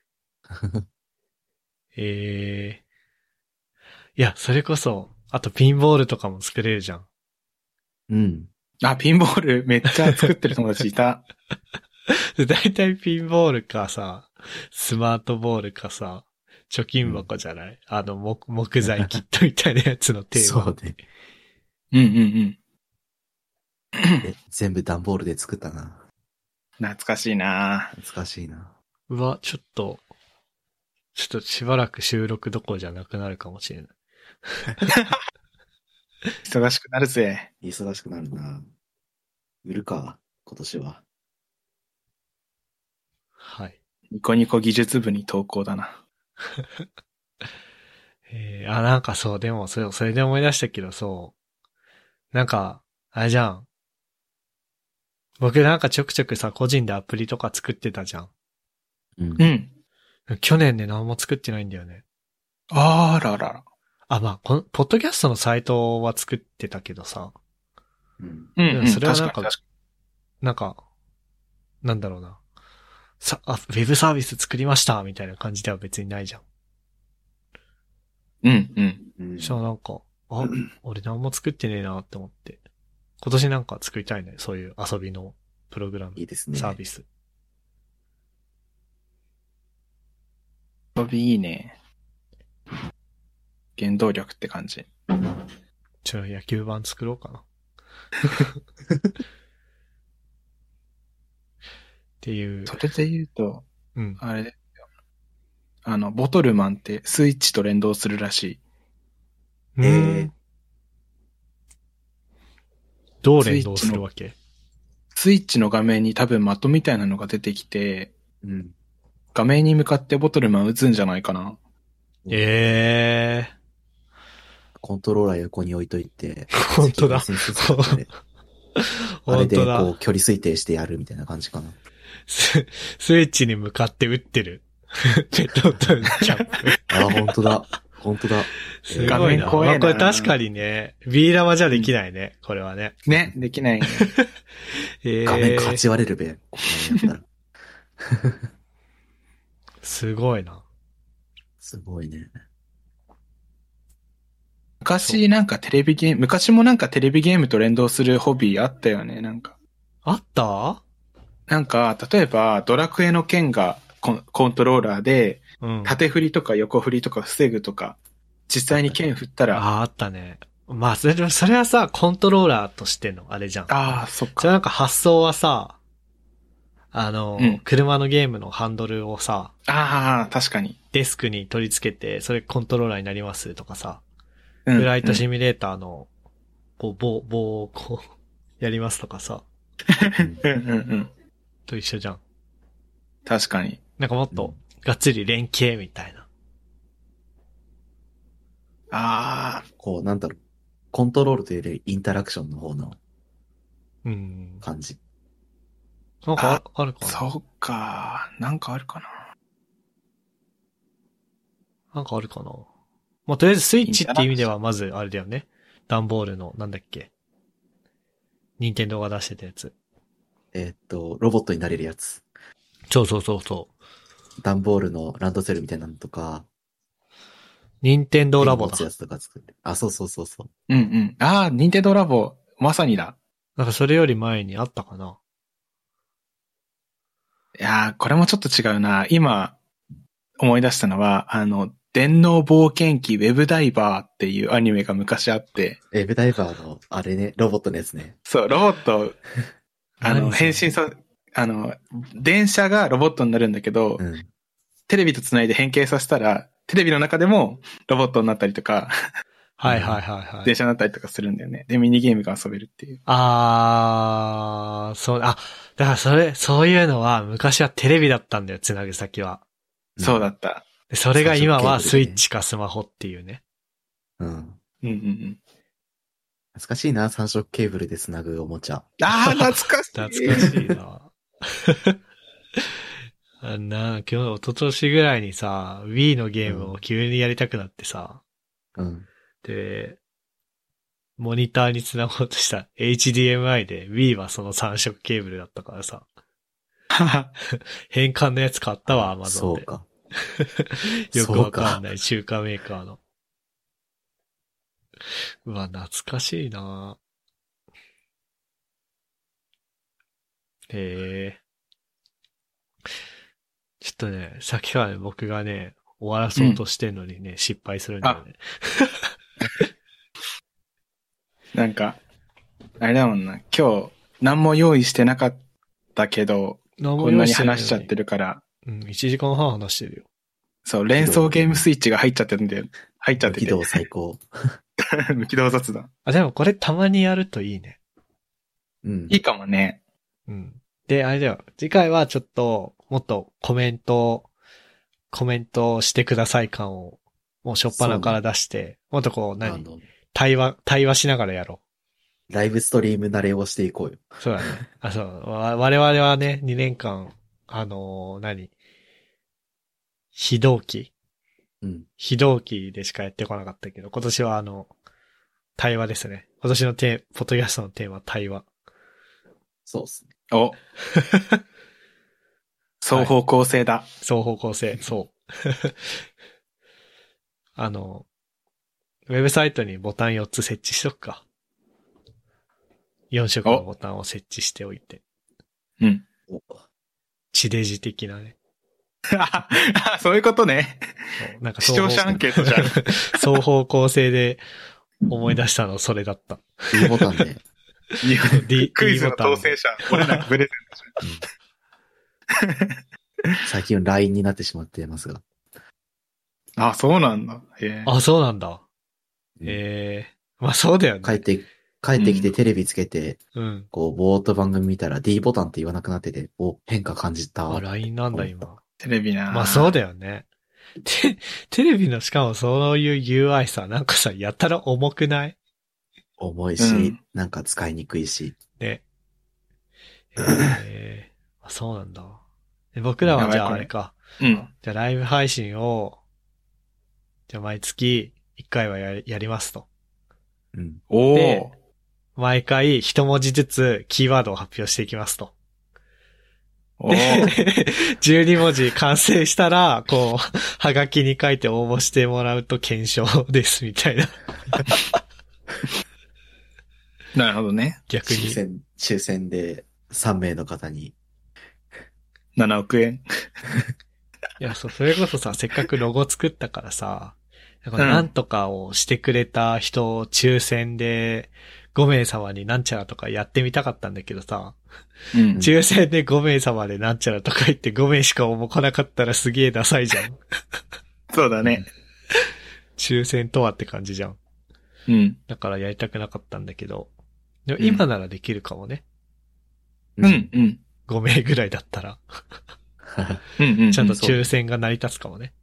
ええー。いや、それこそ、あとピンボールとかも作れるじゃん。 うん。 あ、ピンボールめっちゃ作ってる友達いた。 でだいたいピンボールかさ、スマートボールかさ、貯金箱じゃない、うん、あの木、木材キットみたいなやつのテーマ。 そうね。 うんうんうんえ。全部段ボールで作ったな。 懐かしいな。 懐かしいな。 うわ、ちょっと、ちょっとしばらく収録どころじゃなくなるかもしれない。 忙しくなるぜ。 忙しくなるな。売るか、今年は。 はい。 ニコニコ技術部に投稿だな。 えー、あ、なんかそう、でも、それ、それで思い出したけど、そう。なんか、あれじゃん。僕なんかちょくちょくさ、個人でアプリとか作ってたじゃん。 うん。 うん。 去年ね、何も作ってないんだよね。 あららら。 あ、まあ、この、ポッドキャストのサイトは作ってたけどさ。 うん。 うん、うん、 それはなんか確かに確かなんか、なんだろうな。さ、あ、ウェブサービス作りましたみたいな感じでは別にないじゃん。 に。うん、うん。 うん。 そしたらなんか、あ、俺何も作ってねえなって思って。今年なんか作りたいね。そういう遊びのプログラム。 いいですね。 サービス。 遊びいいね。原動力って感じ。 ちょ、野球盤作ろうかな。っていう。 それで言うと、 うん。 あれ、あの、ボトルマンってスイッチと連動するらしい。 えー、どう連動するわけ？ スイッチの画面に多分的みたいなのが出てきて、 うん。 画面に向かってボトルマン打つんじゃないかな。 ええー。 コントローラー横に置いといて。 本当だ。 あれでこう距離推定してやるみたいな感じかな。 ス, スイッチに向かって打ってる。ペットとキャップ。 あ、本当だ。本当だ。 すごいな。画面怖いな。これ確かにね、ビー玉じゃできないね、これはね。 ね、できないね。 えー、 画面かち割れるべ。こんなやったら。 すごいな。 すごいね。 昔なんかテレビゲーム、昔もなんかテレビゲームと連動するホビーあったよね、なんか。 あった？ なんか、例えばドラクエの剣がコン、コントローラーで、うん、縦振りとか横振りとか防ぐとか、実際に剣振ったら。 ああ、あったね。まあ、それ、それはさ、コントローラーとしてのあれじゃん。 ああ、そっか。 じゃあなんか発想はさ、あの、 うん、車のゲームのハンドルをさ、 ああ、確かに。 デスクに取り付けて、それコントローラーになりますとかさ、うん、フライトシミュレーターの、こう、棒、棒をこう、やりますとかさ。 うんうんうん。 と一緒じゃん。 確かに。 なんかもっと、がっつり連携みたいな。 ああ。 こう、なんだろう。コントロールというよりインタラクションの方の、 うん。 感じ。 なんかあ、あるかな？ そっか。なんかあるかな。 なんかあるかな。まあ、とりあえずスイッチって意味ではまずあれだよね。ダンボールの、なんだっけ。任天堂が出してたやつ。 えー、っと、ロボットになれるやつ。 そうそうそうそう。 ダンボールのランドセルみたいなのとか。 任天堂ラボだ。 持つやつとか作って。あ、そうそうそうそう。 うんうん。ああ、任天堂ラボ、まさにだ。 なんかそれより前にあったかな。 いやー、これもちょっと違うな。今、思い出したのは、あの、電脳冒険記ウェブダイバーっていうアニメが昔あって、 ウェブダイバーの、あれね、ロボットのやつね。 そう、ロボット、あの、 何それ変身さ、あの、電車がロボットになるんだけど、 うん。 テレビとつないで変形させたら、テレビの中でもロボットになったりとか、 はいはいはいはい。 電車になったりとかするんだよね。で、ミニゲームが遊べるっていう。 あー、そう、あ、だからそれ、そういうのは昔はテレビだったんだよ、つなぐ先は。 そうだった。 でそれが今はスイ三色ケーブルでねッチかスマホっていうね。 うん。 うんうんうん。 懐かしいな、三色ケーブルで繋ぐおもちゃ。 あー、懐かしい。 懐かしいな。あんな、今日、一昨年ぐらいにさ、Wii のゲームを急にやりたくなってさ、 うん。 で、モニターにつなごうとした エイチディーエムアイ で Wii はその三色ケーブルだったからさ、変換のやつ買ったわ、Amazon で。 そうか。 よくわかんない中華メーカーの。うわ、懐かしいなへえ。ちょっとね、さっきからね、僕がね、終わらそうとしてんのにね、失敗するんだよね。 なんか、あれだもんな。今日、何も用意してなかったけど、 何こんなにも用意してないの話しちゃってるから、 うん、いちじかんはん話してるよ。 そう、連想ゲームスイッチが入っちゃってるんだよ。入っちゃってて。 起動最高。 無起動雑談。 あ、でもこれたまにやるといいね。 うん。 いいかもね。 うん。で、あれだよ。次回はちょっと、もっとコメント、コメントしてください感を、もうしょっぱなから出して、もっとこう、 あ何の、 対話、対話しながらやろライブストリーム慣れをしていこうよ。 う。そうだね。あ、そう。わ我々はね、にねんかん、あのー何非同期うん。 非同期でしかやってこなかったけど、今年はあの、対話ですね。今年のテー、ポッドキャストのテーマは対話。 そうっすね。 お。双方向性だ。 双方向性、そう。あの、ウェブサイトにボタンよっつ設置しとくか。よん色のボタンを設置しておいて。 うん。 お地デジ的なね。 あそういうことね。 そうなんか視聴者アンケートじゃん。 双方向性で思い出したのそれだった。 D ボタンで。 D クイズの D ボタン当選者、俺らプレゼントじ最近 ライン になってしまっていますが。 ゃん。あ、そうなんだ。へえ。 あ、そうなんだ。 うんええまあそうだよね。 帰って、帰ってきてテレビつけて、 うん。 こう、ぼーっと番組見たら D ボタンって言わなくなってて、お、変化感じたわ。 あ、ライン なんだ今。 テレビな。 まあそうだよね。テ、テレビのしかもそういう ユーアイ さ、なんかさ、やたら重くない重いし、 うんなんか使いにくいし。 ね。ええあ、そうなんだ。で僕らはじゃやばいこれああれか。 うん。 じゃあライブ配信を、じゃあ毎月いっかいはやりやりますと。 うん。 おでー。 毎回一文字ずつキーワードを発表していきますと。 おでー。、 じゅうに文字完成したら、こう、はがきに書いて応募してもらうと検証ですみたいな。 なるほどね。 逆に。 抽選、抽選でさんめいの方に。 ななおくえん。 いや、そう、それこそさ、せっかくロゴ作ったからさ、なんかうんなんとかをしてくれた人を抽選でごめい様になんちゃらとかやってみたかったんだけどさ、 うん。 抽選でごめい様でなんちゃらとか言ってごめいしか応募来なかったらすげえダサいじゃん。 そうだね。 抽選とはって感じじゃん。 うん。 だからやりたくなかったんだけど、でも今ならできるかもね。 うん、うん。 ごめいぐらいだったら。 うん、うん。 ちゃんとそう抽選が成り立つかもね。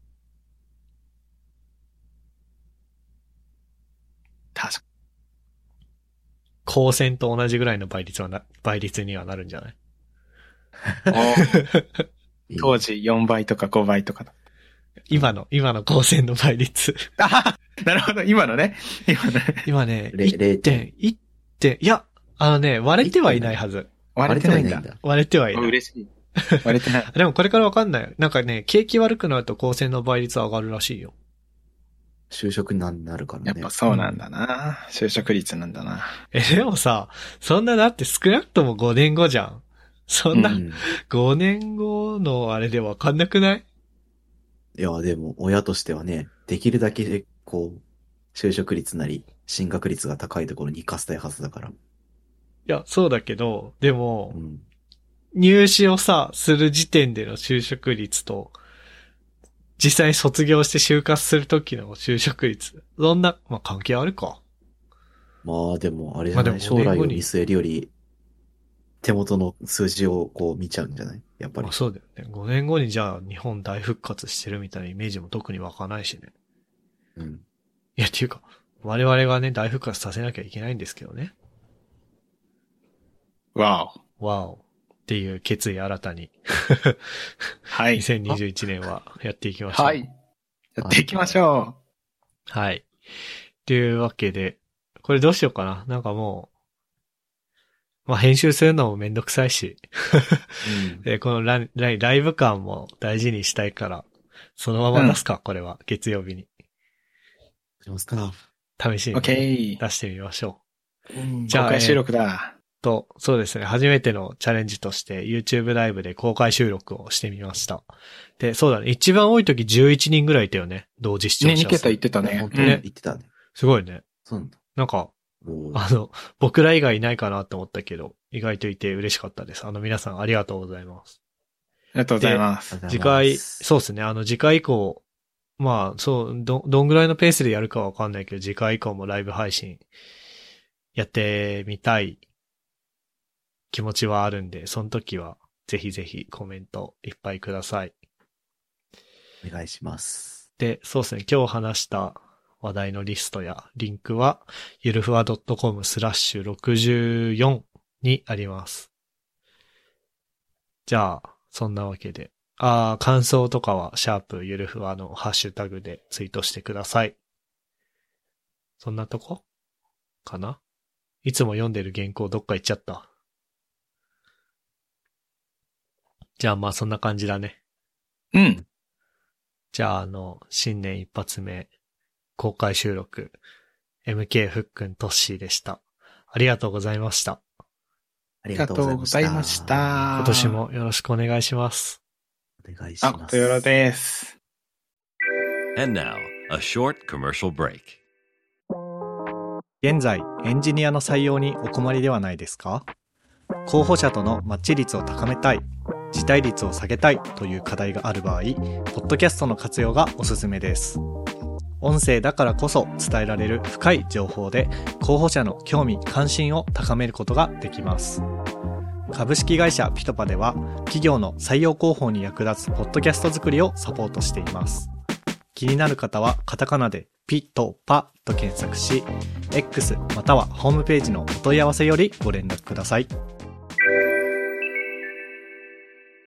確か高専と同じぐらいの倍率はな、倍率にはなるんじゃないに。当時よんばいとかごばいとかだ。 今の、今の高専の倍率。 あなるほど。今のね。今のね。 今ね、 れいってん、いってん、いや、あのね、割れてはいないはず。 割れてないんだ。 割れてはいないんだ割れてはいあない。 嬉しい。割れてない。 でもこれからわかんない。なんかね、景気悪くなると高専の倍率は上がるらしいよ。 就職になるからね。 やっぱそうなんだな。就職率なんだな。 え、でもさ、そんなだって少なくともごねんごじゃん。 そんな、 うんごねんごのあれでわかんなくない？ いや、でも、親としてはね、できるだけ、こう、就職率なり、進学率が高いところに行かせたいはずだから。 いや、そうだけど、でも、 うん。 入試をさ、する時点での就職率と、実際に卒業して就活するときの就職率、そんな、まあ、関係あるか。 まあ、でも、あれじゃない、 まあでも将来をごねんごに見据えるより、手元の数字をこう見ちゃうんじゃないやっぱりまあ。そうだよね。ごねんごにじゃあ日本大復活してるみたいなイメージも特に湧かないしね。 うん。 いや、っていうか、我々がね、大復活させなきゃいけないんですけどね。 わお。 わお。っていう決意新たに。 はい。 にせんにじゅういちねんはやっていきましょう。 はい。やっていきましょはい。というわけで、これどうしようかな。なんかもう、まあ、編集するのもめんどくさいし、 うん。 でこのライライライブ感も大事にしたいから、そのまま出すか、これは。月曜日に。 しますか。 う。 試しにオッケー。 出してみましょうんじゃあ公開収録だ。 う。と、そうですね。初めてのチャレンジとして YouTube ライブで公開収録をしてみました。で、そうだね。一番多い時じゅういちにんぐらいいたよね。同時視聴者ね、 数。 に桁言ってたね本。当にね言ってたね。 すごいね。 そうなんだ。 なんか、 おーあの、僕ら以外いないかなって思ったけど、意外といて嬉しかったです。あの、皆さんありがとうございます。 ありがとうございます。 ありがとう次ございま回、 すそうですね。あの、次回以降、まあ、そう、ど、どんぐらいのペースでやるかわかんないけど、次回以降もライブ配信やってみたい気持ちはあるんで、その時はぜひぜひコメントいっぱいください。 お願いします。 で、そうですね。今日話した話題のリストやリンクは、ゆるふわ .com スラッシュろくじゅうよんにあります。じゃあ、そんなわけで。ああ、感想とかは、シャープゆるふわのハッシュタグでツイートしてください。そんなとこかないつも読んでる原稿どっか行っちゃった。じゃあまあそんな感じだね。 うん。 じゃああの、新年一発目、公開収録、エムケー ふっくんとっしーでした。ありがとうございました。 ありありがとうございました。 今年もよろしくお願いします。 お願いしあ、 ます。 とよろです。 And now, a short commercial break. 現在、エンジニアの採用にお困りではないですか？候補者とのマッチ率を高めたい、辞退率を下げたいという課題がある場合、ポッドキャストの活用がおすすめです。音声だからこそ伝えられる深い情報で、候補者の興味・関心を高めることができます。株式会社ピトパでは、企業の採用広報に役立つポッドキャスト作りをサポートしています。気になる方はカタカナでピトパと検索し、X またはホームページのお問い合わせよりご連絡ください。